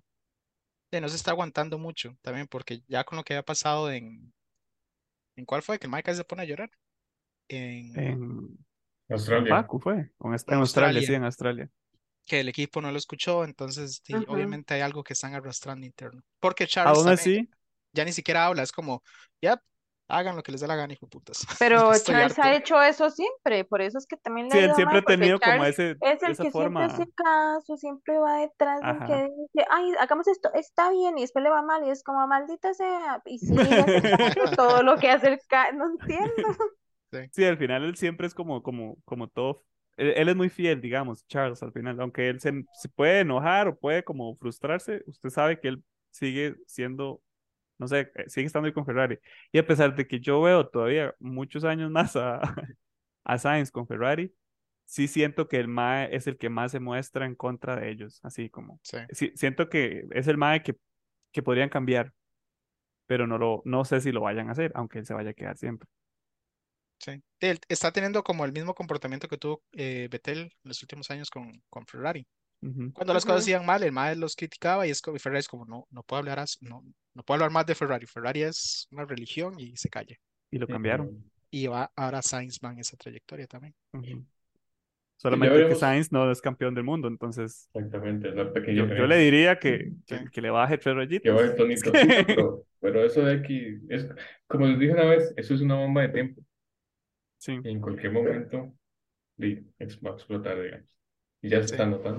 no se está aguantando mucho también, porque ya con lo que había pasado ¿en cuál fue? Que el MAE casi se pone a llorar. En, en, en Australia. Baku fue, en en Australia, sí, Australia, en Australia. que el equipo no lo escuchó, entonces sí, Ujú. obviamente hay algo que están arrastrando interno. Porque Charles Aún también así, ya ni siquiera habla, es como, ya, hagan lo que les dé la gana, hijo de putas. Ya Pero estoy Charles ha harto. hecho eso siempre, por eso es que también le sí, ha él ido siempre mal, ha porque tenido como Charles es el esa que siempre hace forma, caso, siempre va detrás del ajá. que dice, ay, hagamos esto, está bien, y después le va mal, y es como, maldita sea, y sigue aceptando todo lo que hace no entiendo. Sí, Sí, al final él siempre es como todo. Él es muy fiel, digamos, Charles, al final. Aunque él se puede enojar o puede como frustrarse, usted sabe que él sigue siendo, no sé, sigue estando ahí con Ferrari. Y a pesar de que yo veo todavía muchos años más a Sainz con Ferrari, sí siento que el MAE es el que más se muestra en contra de ellos. Así como, sí, sí, siento que es el MAE que podrían cambiar, pero no sé si lo vayan a hacer, aunque él se vaya a quedar siempre. sí. Él está teniendo como el mismo comportamiento que tuvo Vettel en los últimos años con Ferrari. Ujú. Cuando las cosas Ujú. iban mal, el MAE los criticaba y Ferrari es como, no, no puedo hablar, no puedo hablar más de Ferrari. Ferrari es una religión y se calla. Y lo cambiaron. Ujú. Y va ahora Sainz va en esa trayectoria también. Ujú. Y ya Solamente que veremos Sainz no es campeón del mundo, entonces exactamente la pequeña yo le diferencia. diría Sí, que le baje tres Que va rayitas. de tonito. Sí, no, pero eso de aquí es, como les dije una vez, eso es una bomba de tiempo. Sí, Y en cualquier momento va a explotar, digamos. Y ya se está sí. notando.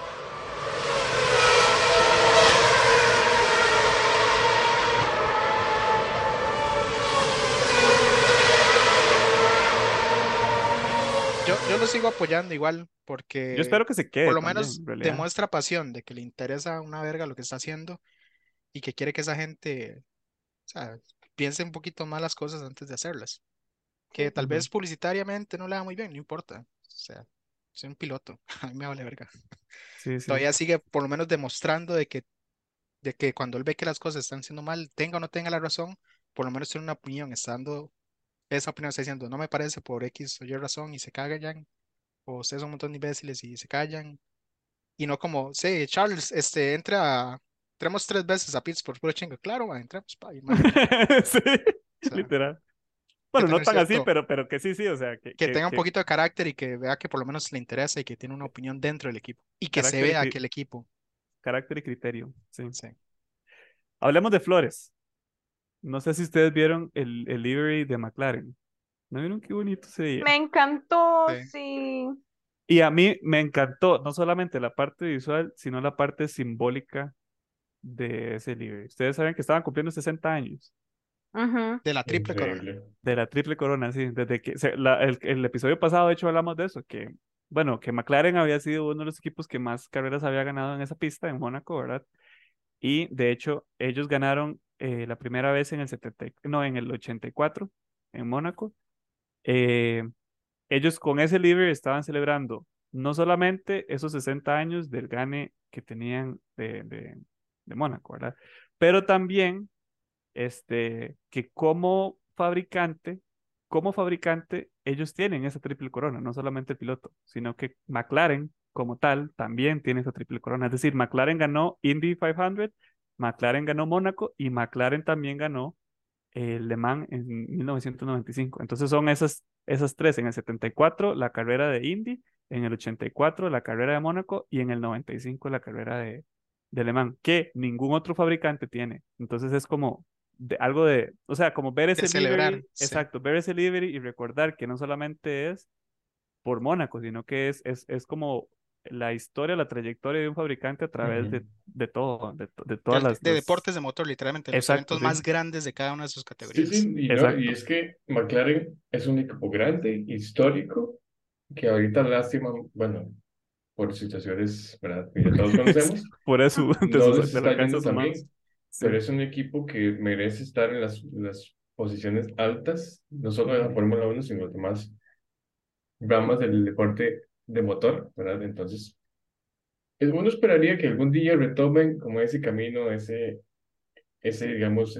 Yo lo sigo apoyando igual yo porque espero que se por quede lo también, menos en realidad. demuestra pasión de que le interesa una verga lo que está haciendo y que quiere que esa gente, o sea, piense un poquito más las cosas antes de hacerlas. Que Sí. tal Ujú. vez publicitariamente no le va muy bien, no importa. O sea, soy un piloto, a mí me vale verga. Sí, sí. Todavía sigue por lo menos demostrando de que cuando él ve que las cosas están haciendo mal, tenga o no tenga la razón, por lo menos tiene una opinión, está dando esa opinión, está diciendo, no me parece por X o Y razón y se cagan, o ustedes son un montón de imbéciles y se callan, y no como, sí, Charles, entremos 3 veces a pits por puro chingo, claro, va, entremos, pa, y man entra. Sí, O sea, hay literal. que Bueno, no tener tan así, cierto, pero que sí, sí, o sea, que tenga un poquito de carácter y que vea que por lo menos le interesa y que tiene una opinión dentro del equipo, y que se carácter vea que el equipo, carácter y criterio, sí. sí, Hablemos de flores. No sé si ustedes vieron el livery de McLaren. ¿No vieron qué bonito se Me veía? encantó, sí, sí. Y a mí me encantó no solamente la parte visual, sino la parte simbólica de ese livery. Ustedes saben que estaban cumpliendo 60 años Ujú. de la triple corona. Increíble. de la triple corona, sí, desde que el episodio pasado, de hecho, hablamos de eso, que, bueno, que McLaren había sido uno de los equipos que más carreras había ganado en esa pista, en Mónaco, ¿verdad? Y de hecho, ellos ganaron la primera vez en el 70, no, en el 84, en Mónaco. Eh, Ellos con ese livery estaban celebrando no solamente esos 60 años del gane que tenían de Mónaco, ¿verdad? Pero también que como fabricante, ellos tienen esa triple corona, no solamente el piloto, sino que McLaren como tal también tiene esa triple corona. Es decir, McLaren ganó Indy 500, McLaren ganó Mónaco y McLaren también ganó el Le Mans en 1995. Entonces son esas tres, en el 74 la carrera de Indy, en el 84 la carrera de Mónaco y en el 95 la carrera de Le Mans, que ningún otro fabricante tiene. Entonces es como algo de, o sea, como ver De ese celebrar, livery, sí. exacto, ver ese livery y recordar que no solamente es por Mónaco, sino que es como la historia, la trayectoria de un fabricante a través Ujú. de todo, de todas De deportes de motor, literalmente, los Exacto, eventos sí, más grandes de cada una de sus Sí, categorías. sí, y no, y exacto. es que McLaren es un equipo grande, histórico, que ahorita lástima, bueno, por situaciones, ¿verdad? Que ya todos conocemos, Por eso, no les del está alcance de yendo sus tan manos. bien, Sí. pero es un equipo que merece estar en las posiciones altas, no solo de la Ujú. Fórmula 1, sino demás ramas del deporte de motor, ¿verdad? Entonces, uno esperaría que algún día retomen como ese camino, digamos,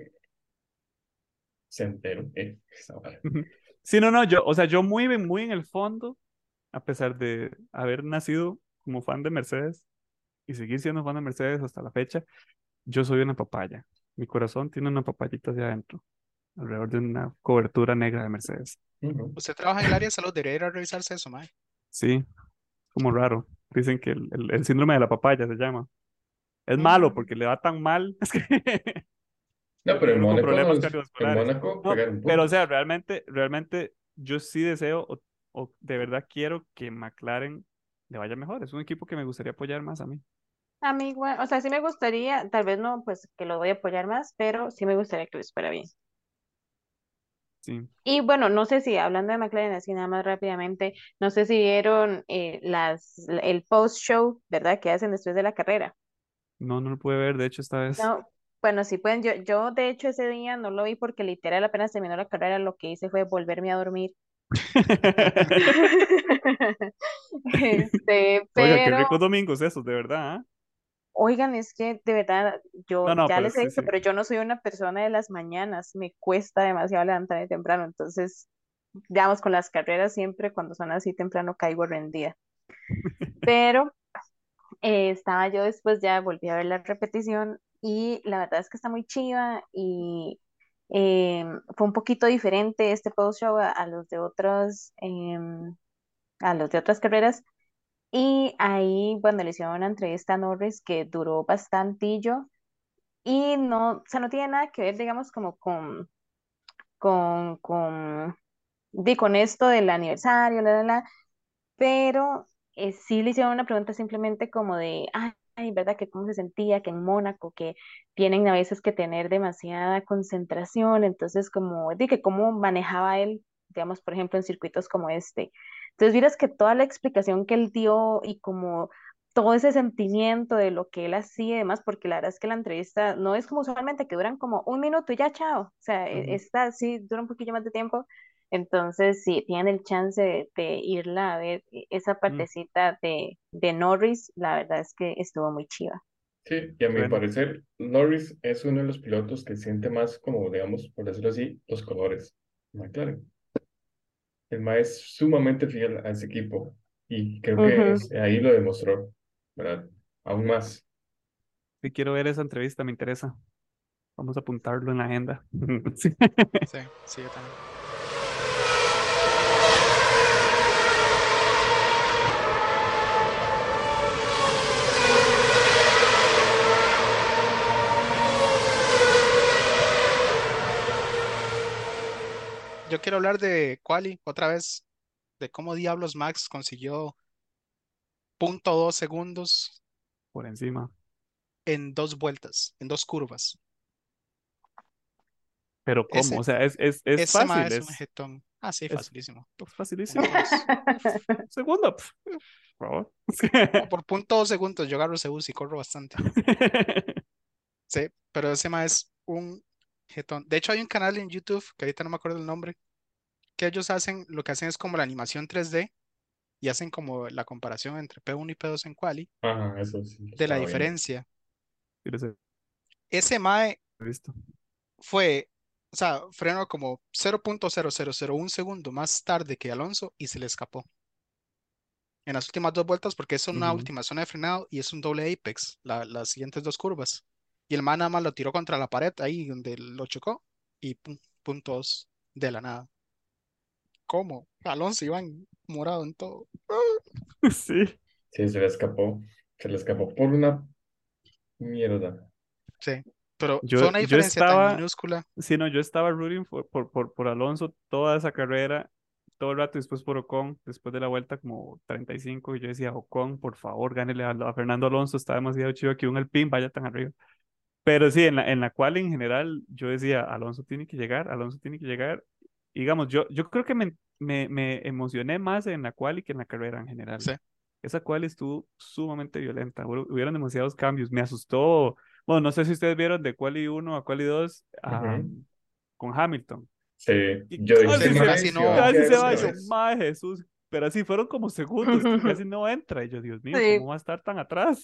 sendero, esa vara. Ujú. Sí, no, no, o sea, yo muy en el fondo, a pesar de haber nacido como fan de Mercedes y seguir siendo fan de Mercedes hasta la fecha, yo soy una papaya. Mi corazón tiene una papayita hacia adentro, alrededor de una cobertura negra de Mercedes. Ujú. Usted trabaja en el área de salud, debería ir a revisarse eso, mae. Sí, como raro. Dicen que el síndrome de la papaya se llama. Es malo Mm, porque le va tan mal, es que No, pero uno con problemas En cardiovasculares. Mónaco No, pegaron pero o sea, puntos. realmente yo sí deseo o de verdad quiero que McLaren le vaya mejor. Es un equipo que me gustaría apoyar más a mí. A mí igual, o sea, sí me gustaría, tal vez no, pues que lo voy a apoyar más, pero sí me gustaría que les fuera bien. Sí. Y bueno, no sé si hablando de McLaren, así nada más rápidamente, no sé si vieron el post-show, ¿verdad? Que hacen después de la carrera. No, no lo pude ver, de hecho, esta vez. No, bueno, sí pueden, yo de hecho ese día no lo vi porque literal apenas terminó la carrera, lo que hice fue volverme a dormir. Oiga, qué Pero ricos domingos esos, de verdad, ¿ah? oigan, es que de verdad, No, yo no, ya pero les he sí, dicho, sí. pero yo no soy una persona de las mañanas, me cuesta demasiado levantarme temprano, entonces, digamos, con las carreras siempre cuando son así temprano caigo rendida. Pero estaba yo después, ya volví a ver la repetición y la verdad es que está muy chiva y fue un poquito diferente este post-show a los de a los de otras carreras. Y ahí, bueno, le hicieron una entrevista a Norris que duró bastantillo y no, o sea, no tiene nada que ver, digamos, como con, con, con esto del aniversario, pero sí le hicieron una pregunta simplemente como de, ay, ¿verdad? Que cómo se sentía, que en Mónaco, que tienen a veces que tener demasiada concentración, entonces como, de que cómo manejaba él, digamos, por ejemplo, en circuitos como este. Entonces, miras que toda la explicación que él dio y como todo ese sentimiento de lo que él hacía y demás, porque la verdad es que la entrevista no es como usualmente que duran como un minuto y ya, chao. O sea, Ujú. esta sí dura un poquillo más de tiempo. Entonces, si tienen el chance de irla a ver, esa Mm, partecita de Norris, la verdad es que estuvo muy chiva. Sí, y a mi bueno, parecer, Norris es uno de los pilotos que siente más como, digamos, por decirlo así, los colores. McLaren. El mae es sumamente fiel a ese equipo y creo que Ujú. ahí lo demostró, ¿verdad? Aún más. si quiero ver esa entrevista, me interesa. Vamos a apuntarlo en la agenda. Sí. sí, sí, yo también. Yo quiero hablar de Quali otra vez, de cómo diablos Max consiguió 0.2 segundos Por encima. en 2 vueltas, en 2 curvas. Pero ¿cómo? Ese, O sea, es ese ma fácil, es un jetón. Ah, sí, es, facilísimo. es Por facilísimo. dos. Segundo, por favor. No, por 0.2 segundos yo agarro ese bus y corro bastante. Sí, pero ese ma es un jetón. De hecho, hay un canal en YouTube, que ahorita no me acuerdo el nombre, que ellos hacen, lo que hacen es como la animación 3D y hacen como la comparación entre P1 y P2 en quali Ajá, eso sí, lo de la estaba viendo. diferencia. Sí, los he Ese mae visto. fue, o sea, frenó como 0.0001 segundo más tarde que Alonso y se le escapó en las últimas 2 vueltas porque es una Ujú. última zona de frenado y es un doble apex, las siguientes 2 curvas. Y el man nada más lo tiró contra la pared ahí donde lo chocó y pum, puntos de la nada. ¿Cómo? Alonso iba morado en todo. Sí. Sí, se le escapó. Se le escapó por una mierda. Sí, pero fue Yo, una yo diferencia tan estaba, minúscula. sí, no, yo estaba rooting por Alonso toda esa carrera, todo el rato, y después por Ocon, después de la vuelta como 35, y yo decía, Ocon, por favor, gánele a Fernando Alonso, está demasiado chido que un Alpine vaya tan arriba. Pero sí, en la cual en general yo decía, Alonso tiene que llegar, Alonso tiene que llegar. Y digamos, yo creo que me emocioné más en la quali que en la carrera en general. Sí. esa quali estuvo sumamente violenta. Hubieron demasiados cambios. Me asustó. Bueno, no sé si ustedes vieron de quali uno a quali 2 Ujú. con Hamilton. Sí, Y yo dije, Ese ese mae casi se va a no, casi quedar se va. otra Y yo, vez. mae Jesús. Pero así fueron como segundos que casi no entra. Y yo, Dios mío, ¿cómo Sí, va a estar tan atrás?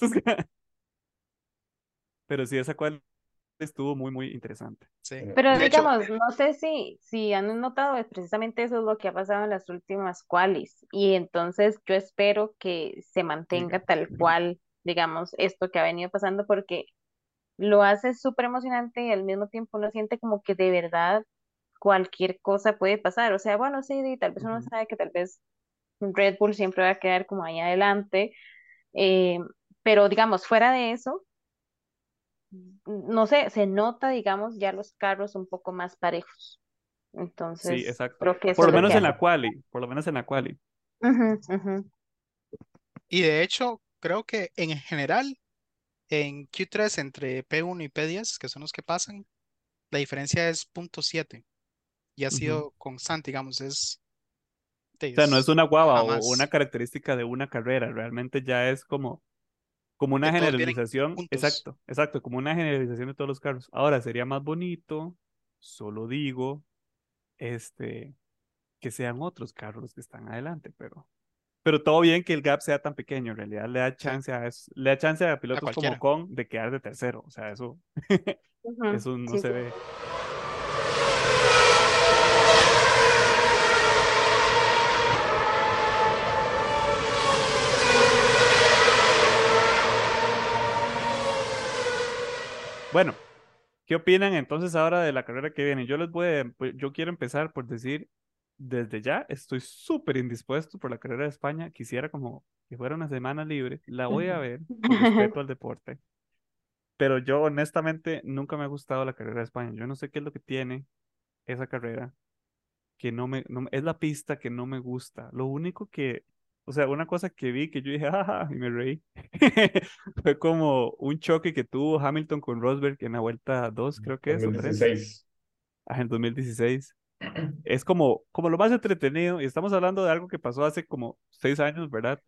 Pero sí, esa cual estuvo muy, muy interesante. sí. pero De hecho, digamos, no sé si han notado, precisamente eso es lo que ha pasado en las últimas qualis. Y entonces yo espero que se mantenga Diga. tal cual, digamos, esto que ha venido pasando, porque lo hace súper emocionante y al mismo tiempo uno siente como que de verdad cualquier cosa puede pasar. O sea, bueno, sí, tal vez uno Ujú. sabe que tal vez Red Bull siempre va a quedar como ahí adelante, eh, pero digamos, fuera de eso, no sé, se nota, digamos, ya los carros un poco más parejos. Sí, Entonces, exacto. creo que eso Por es lo lo menos que en hace. la quali, por lo menos en la quali. Ujú, ujú. y de hecho, creo que en general, en Q3 entre P1 y P10, que son los que pasan, la diferencia es 0.7 y ha Ujú. sido constante, digamos, O sea, no es es una guava o una jamás. característica de una carrera, realmente ya es como Que una todos vienen generalización, juntos. exacto, exacto, como una generalización de todos los carros. Ahora, sería más bonito, solo digo, este, que sean otros carros los que están adelante, pero todo bien que el gap sea tan pequeño, en realidad Sí, le da chance a a pilotos como cualquiera. Con de quedar de tercero, o sea, eso, Ujú, eso no sí, se sí. ve. Bueno, ¿qué opinan entonces ahora de la carrera que viene? Pues, yo quiero empezar por decir, desde ya estoy súper indispuesto por la carrera de España. Quisiera como que fuera una semana libre. La voy a ver por respeto al deporte. Pero yo honestamente nunca me ha gustado la carrera de España. Yo no sé qué es lo que tiene esa carrera, que es la pista que no me gusta. Lo único que, o sea, una cosa que vi que yo dije, jaja, y me reí, fue como un choque que tuvo Hamilton con Rosberg en la vuelta 2 creo que es, o 3 2016. en 2016. Es como lo más entretenido, y estamos hablando de algo que pasó hace como 6 años, ¿verdad?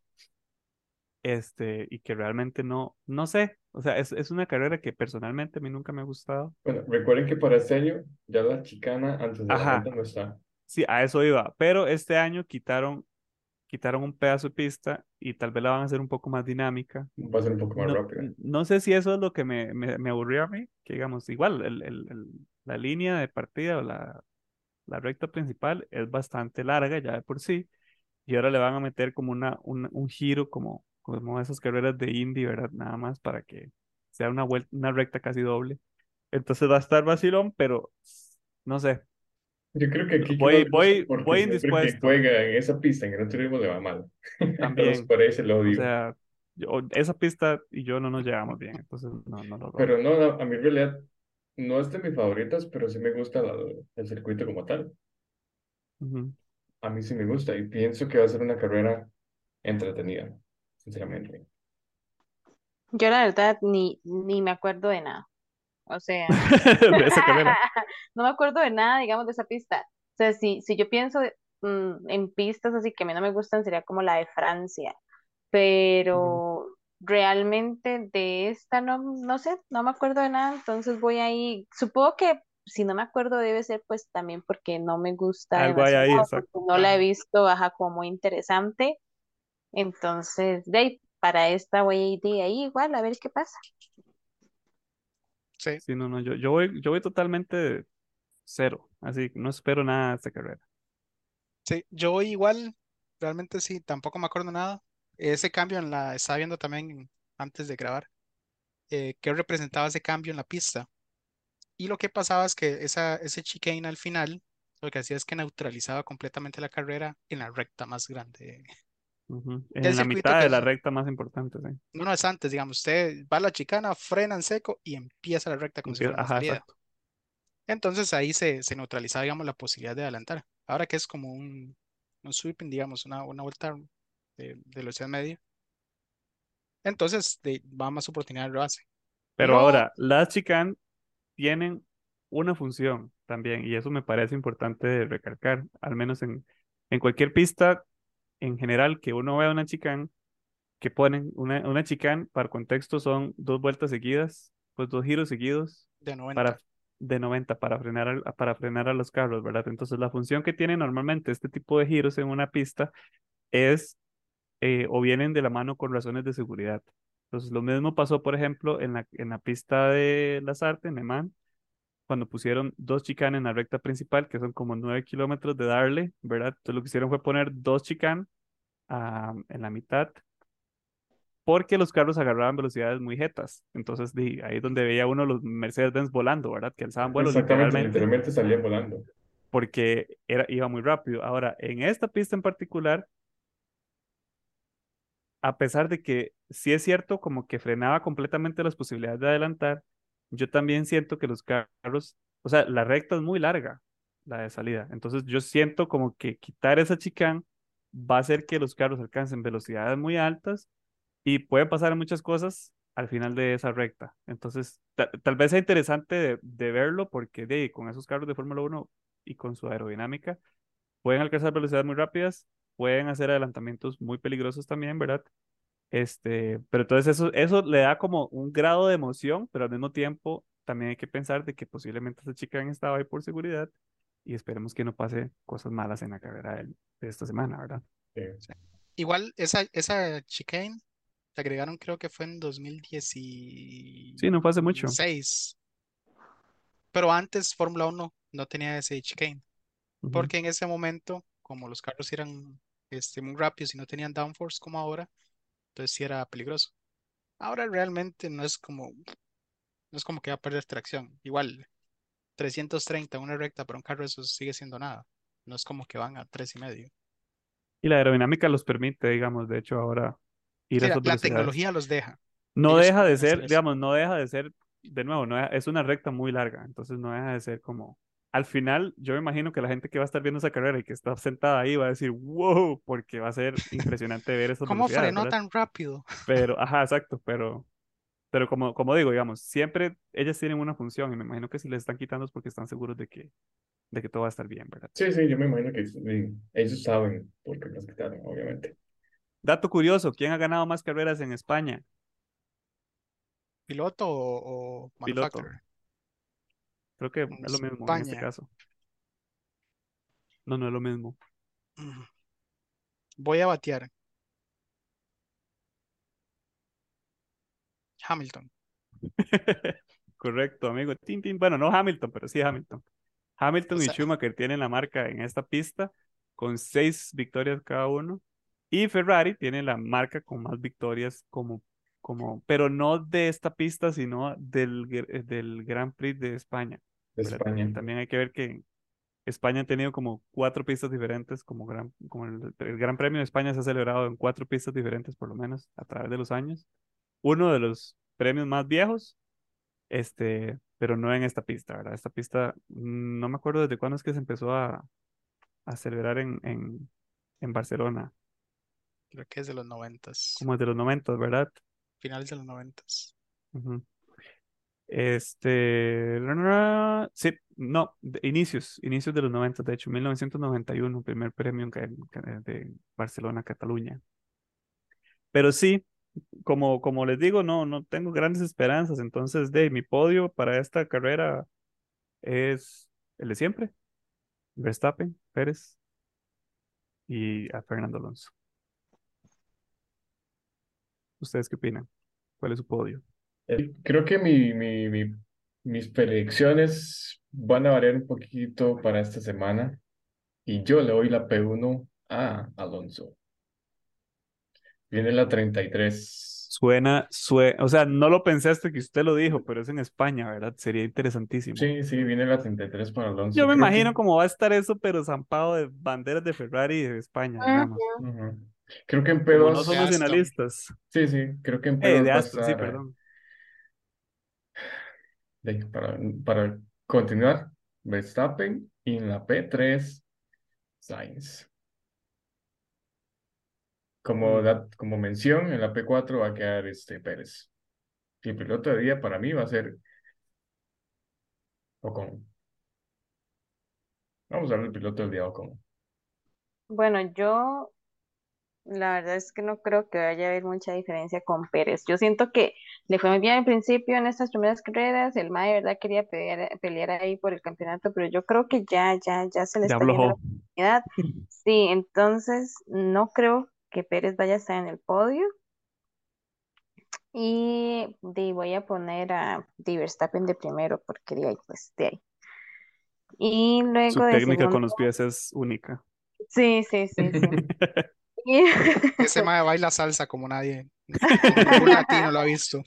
Y que realmente no sé, o sea, es una carrera que personalmente a mí nunca me ha gustado. Bueno, recuerden que para este año ya la chicana antes de la Ajá, meta no está. sí, a eso iba, pero este año quitaron un pedazo de pista y tal vez la van a hacer un poco más dinámica. Va a ser un poco más No, rápida. no sé si eso es lo que me aburrió a mí, que digamos, igual, la línea de partida o la recta principal es bastante larga ya de por sí, y ahora le van a meter como un giro como esas carreras de Indy, ¿verdad? Nada más para que sea una recta casi doble. Entonces va a estar vacilón, pero no sé, Yo creo que aquí no voy, le gusta voy, porque voy siempre que indispuesto juega en esa pista en Gran Turismo le va mal. A los también. parece el O odio. sea, esa pista y yo no nos llevamos bien, entonces no lo Pero logro. no, no, a mí en realidad no es de mis favoritas, pero sí me gusta el circuito como tal. Ujú. A mí sí me gusta y pienso que va a ser una carrera entretenida, sinceramente. Yo la verdad ni me acuerdo de nada. O sea, De esa carrera. no me acuerdo de nada, digamos, de esa pista. O sea, si yo pienso en pistas así que a mí no me gustan, sería como la de Francia. Ujú. Pero realmente de esta no sé, no me acuerdo de nada. Entonces voy ahí. Supongo que si no me acuerdo debe ser pues también porque no me gusta Algo hay demasiado, ahí, porque exacto. no la he Ajá, visto, baja como muy interesante. Entonces, de ahí, para esta voy a ir de ahí igual a ver qué pasa. sí, Sí, no, yo voy totalmente cero, así que no espero nada de esta carrera. sí. Yo igual, realmente sí, tampoco me acuerdo nada. Ese cambio estaba viendo también antes de grabar, qué representaba ese cambio en la pista. Y lo que pasaba es que ese chicane al final, lo que hacía es que neutralizaba completamente la carrera en la recta más grande Ujú. del En la circuito, mitad que de la es, recta más importante, sí. no es antes, digamos, usted va a la chicana, frena en seco y empieza la recta como si fuera una Ajá, salida. exacto. Entonces ahí se neutralizaba, digamos, la posibilidad de adelantar. Ahora que es como un sweeping, digamos, una vuelta de velocidad media, entonces va más oportunidad lo hace. Pero No, ahora, las chicane tienen una función también, y eso me parece importante de recalcar, al menos en cualquier pista en general que uno vea una chicane, que ponen una chicane, para contexto, son dos vueltas seguidas, pues dos giros seguidos de 90. para, de 90 para frenar a los carros, ¿verdad? Entonces, la función que tiene normalmente este tipo de giros en una pista es o vienen de la mano con razones de seguridad. Entonces, lo mismo pasó, por ejemplo, en la pista de Las Artes, en Le Mans, cuando pusieron dos chicanes en la recta principal, que son como 9 kilómetros de darle, ¿verdad? Entonces, lo que hicieron fue poner dos chicanes en la mitad porque los carros agarraban velocidades muy jetas. Entonces, ahí es donde veía uno los Mercedes-Benz volando, ¿verdad? Que alzaban vuelo Exactamente, literalmente literalmente salía volando. porque iba muy rápido. Ahora, en esta pista en particular, a pesar de que sí es cierto como que frenaba completamente las posibilidades de adelantar, yo también siento que los carros, o sea, la recta es muy larga, la de salida. Entonces, yo siento como que quitar esa chicane va a hacer que los carros alcancen velocidades muy altas y pueden pasar muchas cosas al final de esa recta. Entonces, tal vez sea interesante de verlo porque con esos carros de Fórmula Uno y con su aerodinámica pueden alcanzar velocidades muy rápidas, pueden hacer adelantamientos muy peligrosos también, ¿verdad? Pero entonces eso le da como un grado de emoción, pero al mismo tiempo también hay que pensar de que posiblemente esa chica estaba ahí por seguridad y esperemos que no pase cosas malas en la carrera de esta semana, ¿verdad? Sí. Igual esa chicane la agregaron creo que fue en Sí, no fue hace mucho. 2016, pero antes Fórmula Uno no tenía ese chicane, Ujú. porque en ese momento, como los carros eran muy rápidos y no tenían downforce como ahora, entonces sí era peligroso. Ahora realmente no es como que va a perder tracción. Igual, 330 una recta para un carro, eso sigue siendo nada. No es como que van a 3.5. Y la aerodinámica los permite, digamos, de hecho ahora ir a Sí, la, esas la velocidades. tecnología los deja. No Ellos deja de pueden ser, hacer eso. digamos, no deja de ser, de nuevo, es una recta muy larga, entonces no deja de ser como, al final yo me imagino que la gente que va a estar viendo esa carrera y que está sentada ahí va a decir, wow, porque va a ser impresionante ver esas ¿Cómo velocidades, frenó ¿verdad? tan rápido? Pero, ajá, exacto, pero como digo, digamos, siempre ellas tienen una función y me imagino que si les están quitando es porque están seguros de que todo va a estar bien, ¿verdad? Sí, sí, yo me imagino que ellos saben por qué los quitaron, obviamente. Dato curioso, ¿quién ha ganado más carreras en España? ¿Piloto o Piloto. manufacturer? Creo que En es lo mismo en este España. caso. No, no es lo mismo. mm, Voy a batear. Hamilton. Correcto, amigo. Tin, tin. Bueno, no Hamilton, pero sí Hamilton. O Hamilton y sea, Schumacher tienen la marca en esta pista con 6 victorias cada uno. Y Ferrari tiene la marca con más victorias pero no de esta pista, sino del Grand Prix de España, De ¿verdad? España. Porque también hay que ver que España ha tenido como 4 pistas diferentes, como el Gran Premio de España se ha celebrado en 4 pistas diferentes, por lo menos, a través de los años. Uno de los premios más viejos pero no en esta pista, ¿verdad? Esta pista, no me acuerdo desde cuándo es que se empezó a celebrar en Barcelona, creo que es de los noventas. como desde los 90, ¿verdad? Finales de los noventas. Ujú. Sí, no, inicios de los 90, de hecho, 1991, primer premio de Barcelona, Cataluña. Pero sí, como les digo, no tengo grandes esperanzas, entonces, mi podio para esta carrera es el de siempre, Verstappen, Pérez y a Fernando Alonso. ¿Ustedes qué opinan? ¿Cuál es su podio? Creo que mis predicciones van a variar un poquito para esta semana y yo le doy la P1 a Alonso. Viene la 33. O sea, no lo pensé hasta que usted lo dijo, pero es en España, ¿verdad? Sería interesantísimo. Sí, sí, viene la 33 para Yo Alonso. me Creo que, imagino cómo va a estar eso, pero zampado de banderas de Ferrari y de España, digamos. Ujú. ujú. Creo que en Como no De son P2, Aston. nacionalistas. sí, sí, creo que en P2 De va a Aston, sí, estar, perdón. para continuar, Verstappen y en la P3, Sainz. Mm. Como mención, en la P4 va a quedar Pérez. Y el piloto de día para mí va a ser Ocon. Vamos a ver el piloto del día Ocon. Bueno, yo La verdad es que no creo que vaya a haber mucha diferencia con Pérez. Yo siento que le fue muy bien al principio en estas primeras carreras. El MAE de verdad quería pelear ahí por el campeonato, pero yo creo que ya se le Ya está yendo la aflojó. oportunidad. Sí, entonces no creo que Pérez vaya a estar en el podio. Y voy a poner a Verstappen de primero, porque de ahí, pues de ahí. Y Su luego de técnica segundo, con los pies es única. sí, sí, sí, sí. Y, Ese mae baila salsa como nadie, como ningún latino lo ha visto.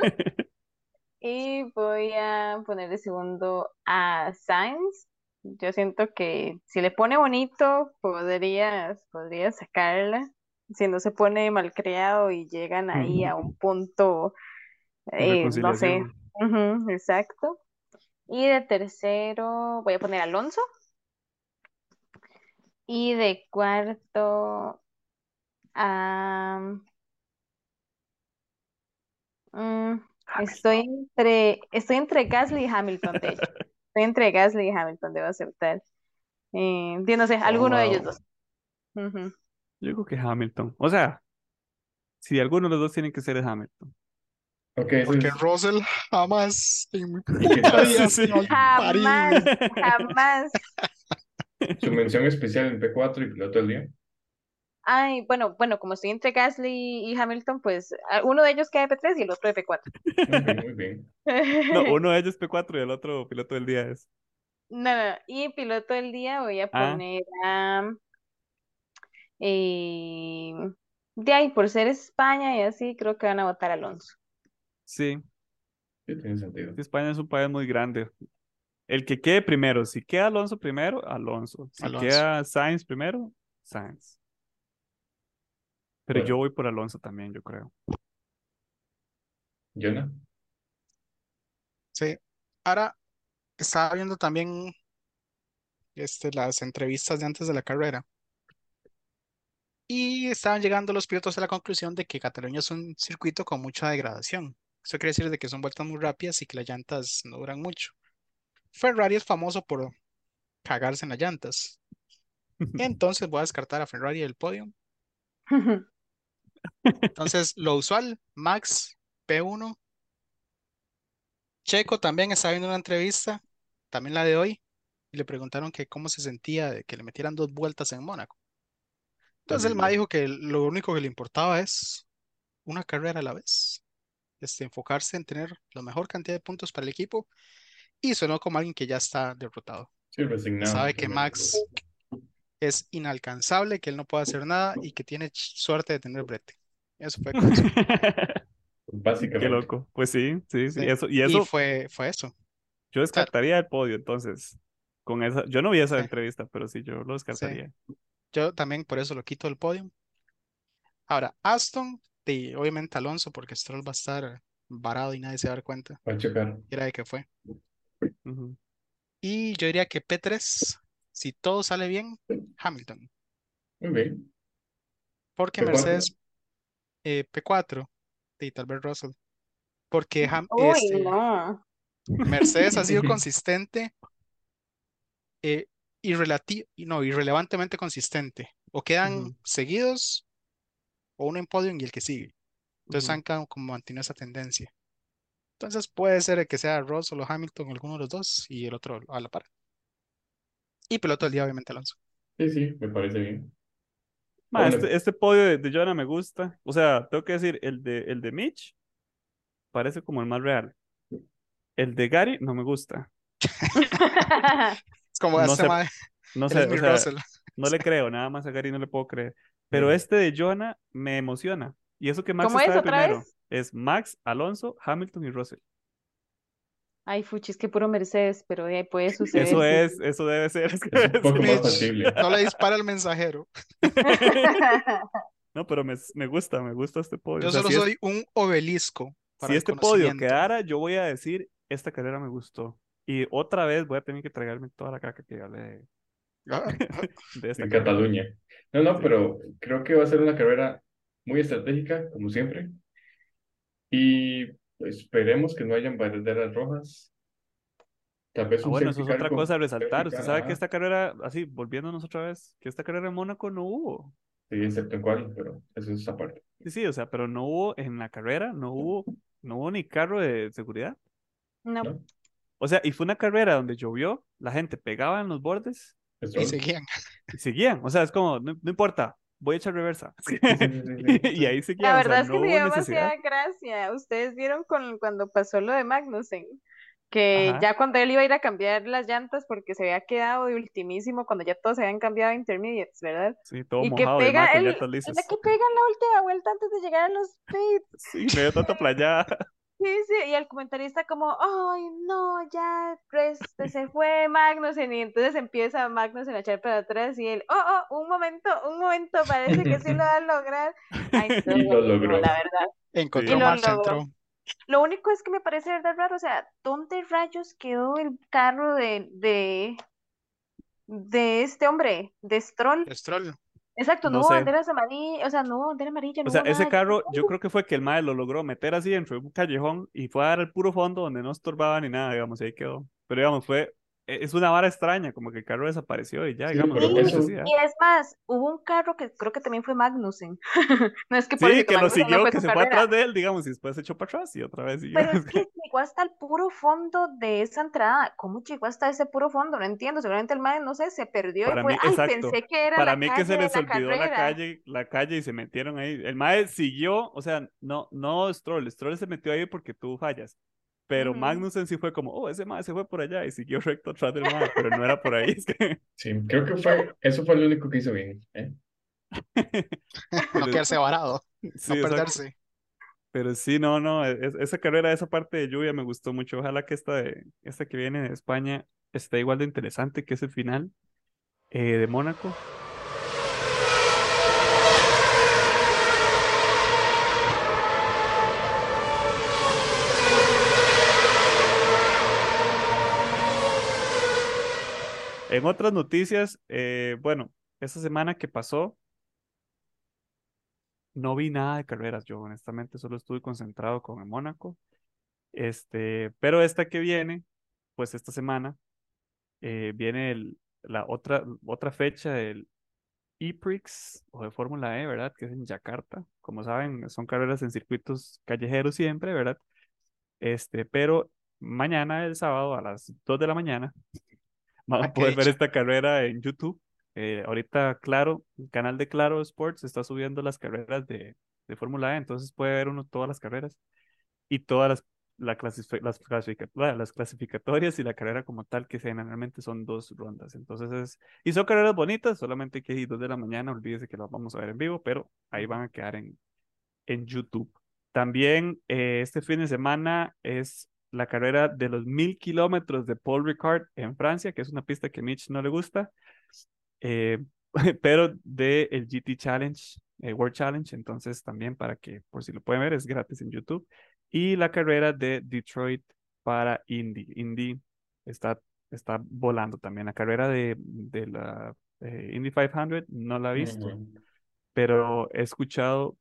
y voy a poner de segundo a Sainz. Yo siento que si le pone bonito, podría sacarla. Si no se pone malcriado y llegan ahí a un punto, De no sé. reconciliación. Ujú, exacto. Y de tercero voy a poner a Alonso. Y de cuarto a... mm, estoy entre Gasly y Hamilton, de hecho. Estoy entre Gasly y Hamilton, debo aceptar. Yo no sé, Oh, alguno de ellos wow. dos. Ujú. Yo digo que Hamilton. O sea, si alguno de los dos tienen que ser es Hamilton. Ok, eso Porque es. Russell jamás en mi ¿Y qué puta tal? vida Sí, ha sí. sido al Jamás, parible. jamás. Su mención especial en P4 y piloto del día. Ay, bueno, como estoy entre Gasly y Hamilton, pues uno de ellos queda de P3 y el otro de P4. Muy bien, muy bien. No, uno de ellos P4 y el otro piloto del día es. No, no, y piloto del día voy a Ah, poner a... eh, de ahí, por ser España y así, creo que van a votar a Alonso. sí. Sí, tiene sentido. Sí, España es un país muy grande. El que quede primero, si queda Alonso primero, Alonso. Si Alonso. queda Sainz primero, Sainz. Pero yo Bueno, voy por Alonso también, yo creo. Jonah. Sí. Ahora estaba viendo también las entrevistas de antes de la carrera y estaban llegando los pilotos a la conclusión de que Cataluña es un circuito con mucha degradación. Eso quiere decir de que son vueltas muy rápidas y que las llantas no duran mucho. Ferrari es famoso por cagarse en las llantas. Entonces voy a descartar a Ferrari del podio. Entonces, lo usual, Max P1. Checo también estaba viendo una entrevista, también la de hoy, y le preguntaron que cómo se sentía de que le metieran 2 vueltas en Mónaco. Entonces el ma Horrible. dijo que lo único que le importaba es una carrera a la vez, enfocarse en tener la mejor cantidad de puntos para el equipo y sonó como alguien que ya está derrotado, Sí, que resignado sabe que totalmente. Max es inalcanzable, que él no puede hacer nada y que tiene suerte de tener brete. Eso fue con eso. Qué Básicamente. loco. Pues sí, sí, Sí. sí. Eso, y Y eso fue eso. O yo sea, descartaría el podio, entonces. Con esa, yo no vi esa sí, entrevista, pero sí, yo lo sí. descartaría. Yo también por eso lo quito del podio. Ahora, Aston, y obviamente Alonso, porque Stroll va a estar varado y nadie se va a dar cuenta. Va a chocar. Era de que fue. Ujú. Y yo diría que P3, si todo sale bien, Hamilton. Muy bien. Porque P4. Mercedes, P4, y tal vez Russell. Porque Uy, no. Mercedes ha sido consistente, no, irrelevantemente consistente. O quedan Ujú, seguidos o uno en podio y el que sigue. Entonces ujú. han como mantenido esa tendencia. Entonces puede ser que sea Russell o Hamilton, alguno de los dos, y el otro a la par. Y piloto del día, obviamente, Alonso. Sí, sí, me parece bien. Ma, Bueno, este podio de Jonah me gusta. O sea, tengo que decir, el de Mitch parece como el más real. El de Gary no me gusta. Es como No este sé, mae, no él es sé, o mi sea, Russell. no le creo, nada más a Gary no le puedo creer. Pero mm, este de Jonah me emociona. Y eso que Max ¿Cómo está es de otra primero. vez? Es Max, Alonso, Hamilton y Russell. Ay, fuchi, es que puro Mercedes, pero de ahí puede suceder, Eso sí. es, eso debe ser, es que es un debe poco ser. más Mitch, factible. no le dispara al mensajero. No, pero me gusta este podio. O Yo sea, solo soy un obelisco si para el este podio conocimiento. quedara, yo voy a decir, esta carrera me gustó. Y otra vez voy a tener que tragarme toda la caca que hablé Ah, ah, de esta En carrera. Cataluña. No, no, Sí. pero creo que va a ser una carrera muy estratégica, como siempre. Y pues, esperemos que no hayan banderas rojas. Tal vez Ah, un bueno, eso safety es car otra con cosa a resaltar. safety Usted car, sabe que ajá. esta carrera, así, volviéndonos otra vez, que esta carrera en Mónaco no hubo. Sí, excepto en quali, pero eso es aparte. Sí, sí, o sea, pero no hubo en la carrera, no hubo ni carro de seguridad. No, ¿No? O sea, y fue una carrera donde llovió, la gente pegaba en los bordes Y Stroll. seguían. y seguían. O sea, es como, no, no importa, voy a echar reversa. Sí, sí, sí, sí, sí. Y ahí la seguían, o sea, verdad es que no me hubo dio necesidad. demasiada gracia. Ustedes vieron cuando pasó lo de Magnussen, que Ajá, ya cuando él iba a ir a cambiar las llantas porque se había quedado de ultimísimo, cuando ya todos se habían cambiado a intermediates, ¿verdad? sí, todo Y que mojado y el mae pega con él, llantas la lisas. que pega en la última vuelta antes de llegar a los pits. Sí, medio tanta playada. Sí, sí, y el comentarista como, ay, no, ya, se fue Magnussen, y entonces empieza Magnussen a echar para atrás, y él, un momento, parece que sí lo va a lograr. Ay, estuvo Y lo buenísimo, logró. la verdad, y Encontró Sí, lo marcha, logró. entró. Lo único es que me parece verdad raro, o sea, ¿dónde rayos quedó el carro de este hombre, de Stroll? Stroll. Exacto, no no hubo sé. banderas amarillas, o sea, no hubo bandera amarilla, O no sea, hubo ese nada. Yo, carro, yo creo que fue que el mae lo logró meter así dentro de un callejón y fue a dar el puro fondo donde no estorbaba ni nada, digamos, y ahí quedó. Pero digamos, es una vara extraña, como que el carro desapareció y ya, Sí, digamos, sí, no pero hubo eso, necesidad. y es más, hubo un carro que creo que también fue Magnussen. No es que Sí, pobrecito que lo Magnussen no siguió, fue que su se fue carrera, atrás de él, digamos, y después se echó para atrás y otra vez siguió. pero es que llegó hasta el puro fondo de esa entrada. ¿Cómo llegó hasta ese puro fondo? No entiendo. Seguramente el man, no sé, se perdió y Para fue, mí, ay, exacto. pensé que era Para la mí que calle se de les la olvidó carrera. la calle y se metieron ahí. El mae siguió, o sea, no Stroll se metió ahí porque tuvo fallas. Pero Ujú. Magnussen sí fue como, oh, ese mae se fue por allá y siguió recto atrás del mae, pero no era por ahí, es que... sí, creo que eso fue lo único que hizo bien, ¿eh? No Pero quedarse varado, sí, no exacto. perderse. Pero sí, no, esa carrera, esa parte de lluvia me gustó mucho. Ojalá que esta que viene de España esté igual de interesante que ese final de Mónaco. En otras noticias, bueno, esta semana que pasó, no vi nada de carreras. Yo honestamente solo estuve concentrado con el Mónaco. Pero esta que viene, pues esta semana, viene la otra fecha del E-Prix o de Fórmula E, ¿verdad? Que es en Yakarta. Como saben, son carreras en circuitos callejeros siempre, ¿verdad? Pero mañana, el sábado, a las 2 de la mañana, van Ah, a qué poder ver dicha. esta carrera en YouTube. Ahorita, Claro, el canal de Claro Sports está subiendo las carreras de Fórmula E, entonces puede ver uno todas las carreras y todas las clasificatorias y la carrera como tal, que generalmente son dos rondas. Y son carreras bonitas, solamente que hay 2 de la mañana, olvídese que las vamos a ver en vivo, pero ahí van a quedar en YouTube. También este fin de semana es la carrera de los 1000 kilómetros de Paul Ricard en Francia, que es una pista que a Mitch no le gusta, eh, pero de el GT Challenge, World Challenge, entonces también para que, por si lo pueden ver, es gratis en YouTube. Y la carrera de Detroit para Indy. Indy está, está volando también. La carrera de la Indy 500 no la he visto, Ujú. pero he escuchado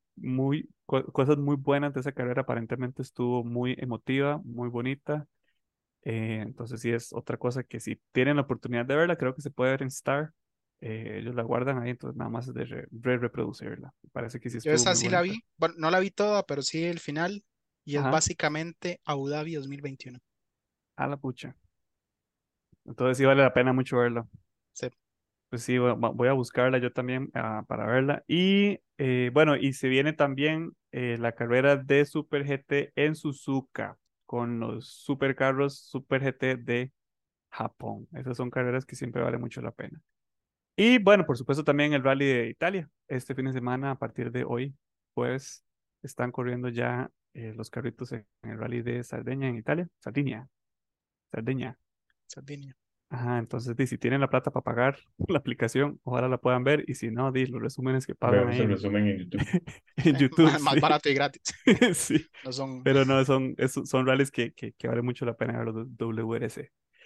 cosas muy buenas de esa carrera. Aparentemente estuvo muy emotiva, muy bonita. Entonces sí es otra cosa que si tienen la oportunidad de verla, creo que se puede ver en Star. Ellos la guardan ahí, entonces nada más es de reproducirla. Me parece que sí Yo estuvo esa muy sí la bonita. vi. Bueno, no la vi toda, pero sí el final. Y es Ajá, básicamente Abu Dhabi 2021. a la pucha. Entonces sí vale la pena mucho verla. Sí, Pues sí, voy a buscarla yo también para verla. Y bueno, y se viene también la carrera de Super GT en Suzuka con los supercarros Super GT de Japón. Esas son carreras que siempre vale mucho la pena. Y bueno, por supuesto también el Rally de Italia. Este fin de semana, a partir de hoy, pues están corriendo ya los carritos en el Rally de Sardeña en Italia. Sardeña. Sardinia. Ajá, entonces si tienen la plata para pagar la aplicación, ojalá la puedan ver. Y si no, los resúmenes que pasan Veamos ahí el resumen en YouTube. en YouTube, Más sí. barato y gratis. Sí. No son. Pero no, son rallies que vale mucho la pena ver los WRC.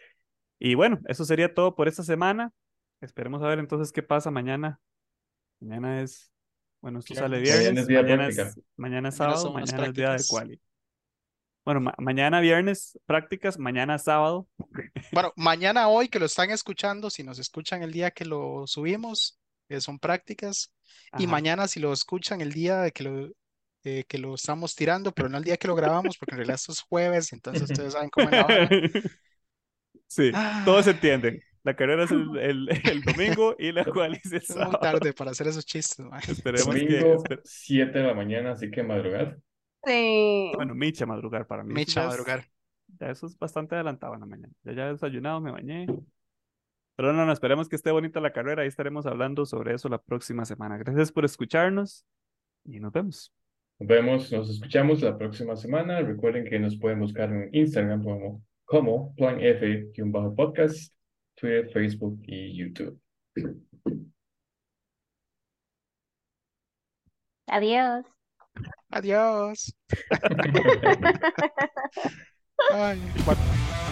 Y bueno, eso sería todo por esta semana. Esperemos a ver entonces qué pasa mañana. Mañana es, bueno, esto sale Viernes. Mañana es viernes, día de práctica. mañana es Mañana sábado, son las mañana es día de prácticas. quali. Bueno, mañana viernes prácticas, mañana sábado. Bueno, mañana hoy que lo están escuchando, si nos escuchan el día que lo subimos, son prácticas. Y Ajá. mañana si lo escuchan el día de que lo estamos tirando, pero no el día que lo grabamos, porque en realidad esto es jueves, entonces ustedes saben cómo es la vara. Sí, todos se Ah, entienden. La carrera es el domingo y la cual es el es muy sábado. tarde para hacer esos chistes, mae. Esperemos que, Domingo, 7 de la mañana, así que madrugad. Sí. bueno, Micha madrugar para mí, eso Micha madrugar. ya eso es bastante adelantado en la mañana. Ya he desayunado, me bañé. Pero no, esperemos que esté bonita la carrera. Ahí estaremos hablando sobre eso la próxima semana. Gracias por escucharnos y nos vemos. Nos vemos, nos escuchamos la próxima semana. Recuerden que nos pueden buscar en Instagram como Plan F-podcast, Twitter, Facebook y YouTube. Adiós. Adiós. Ay,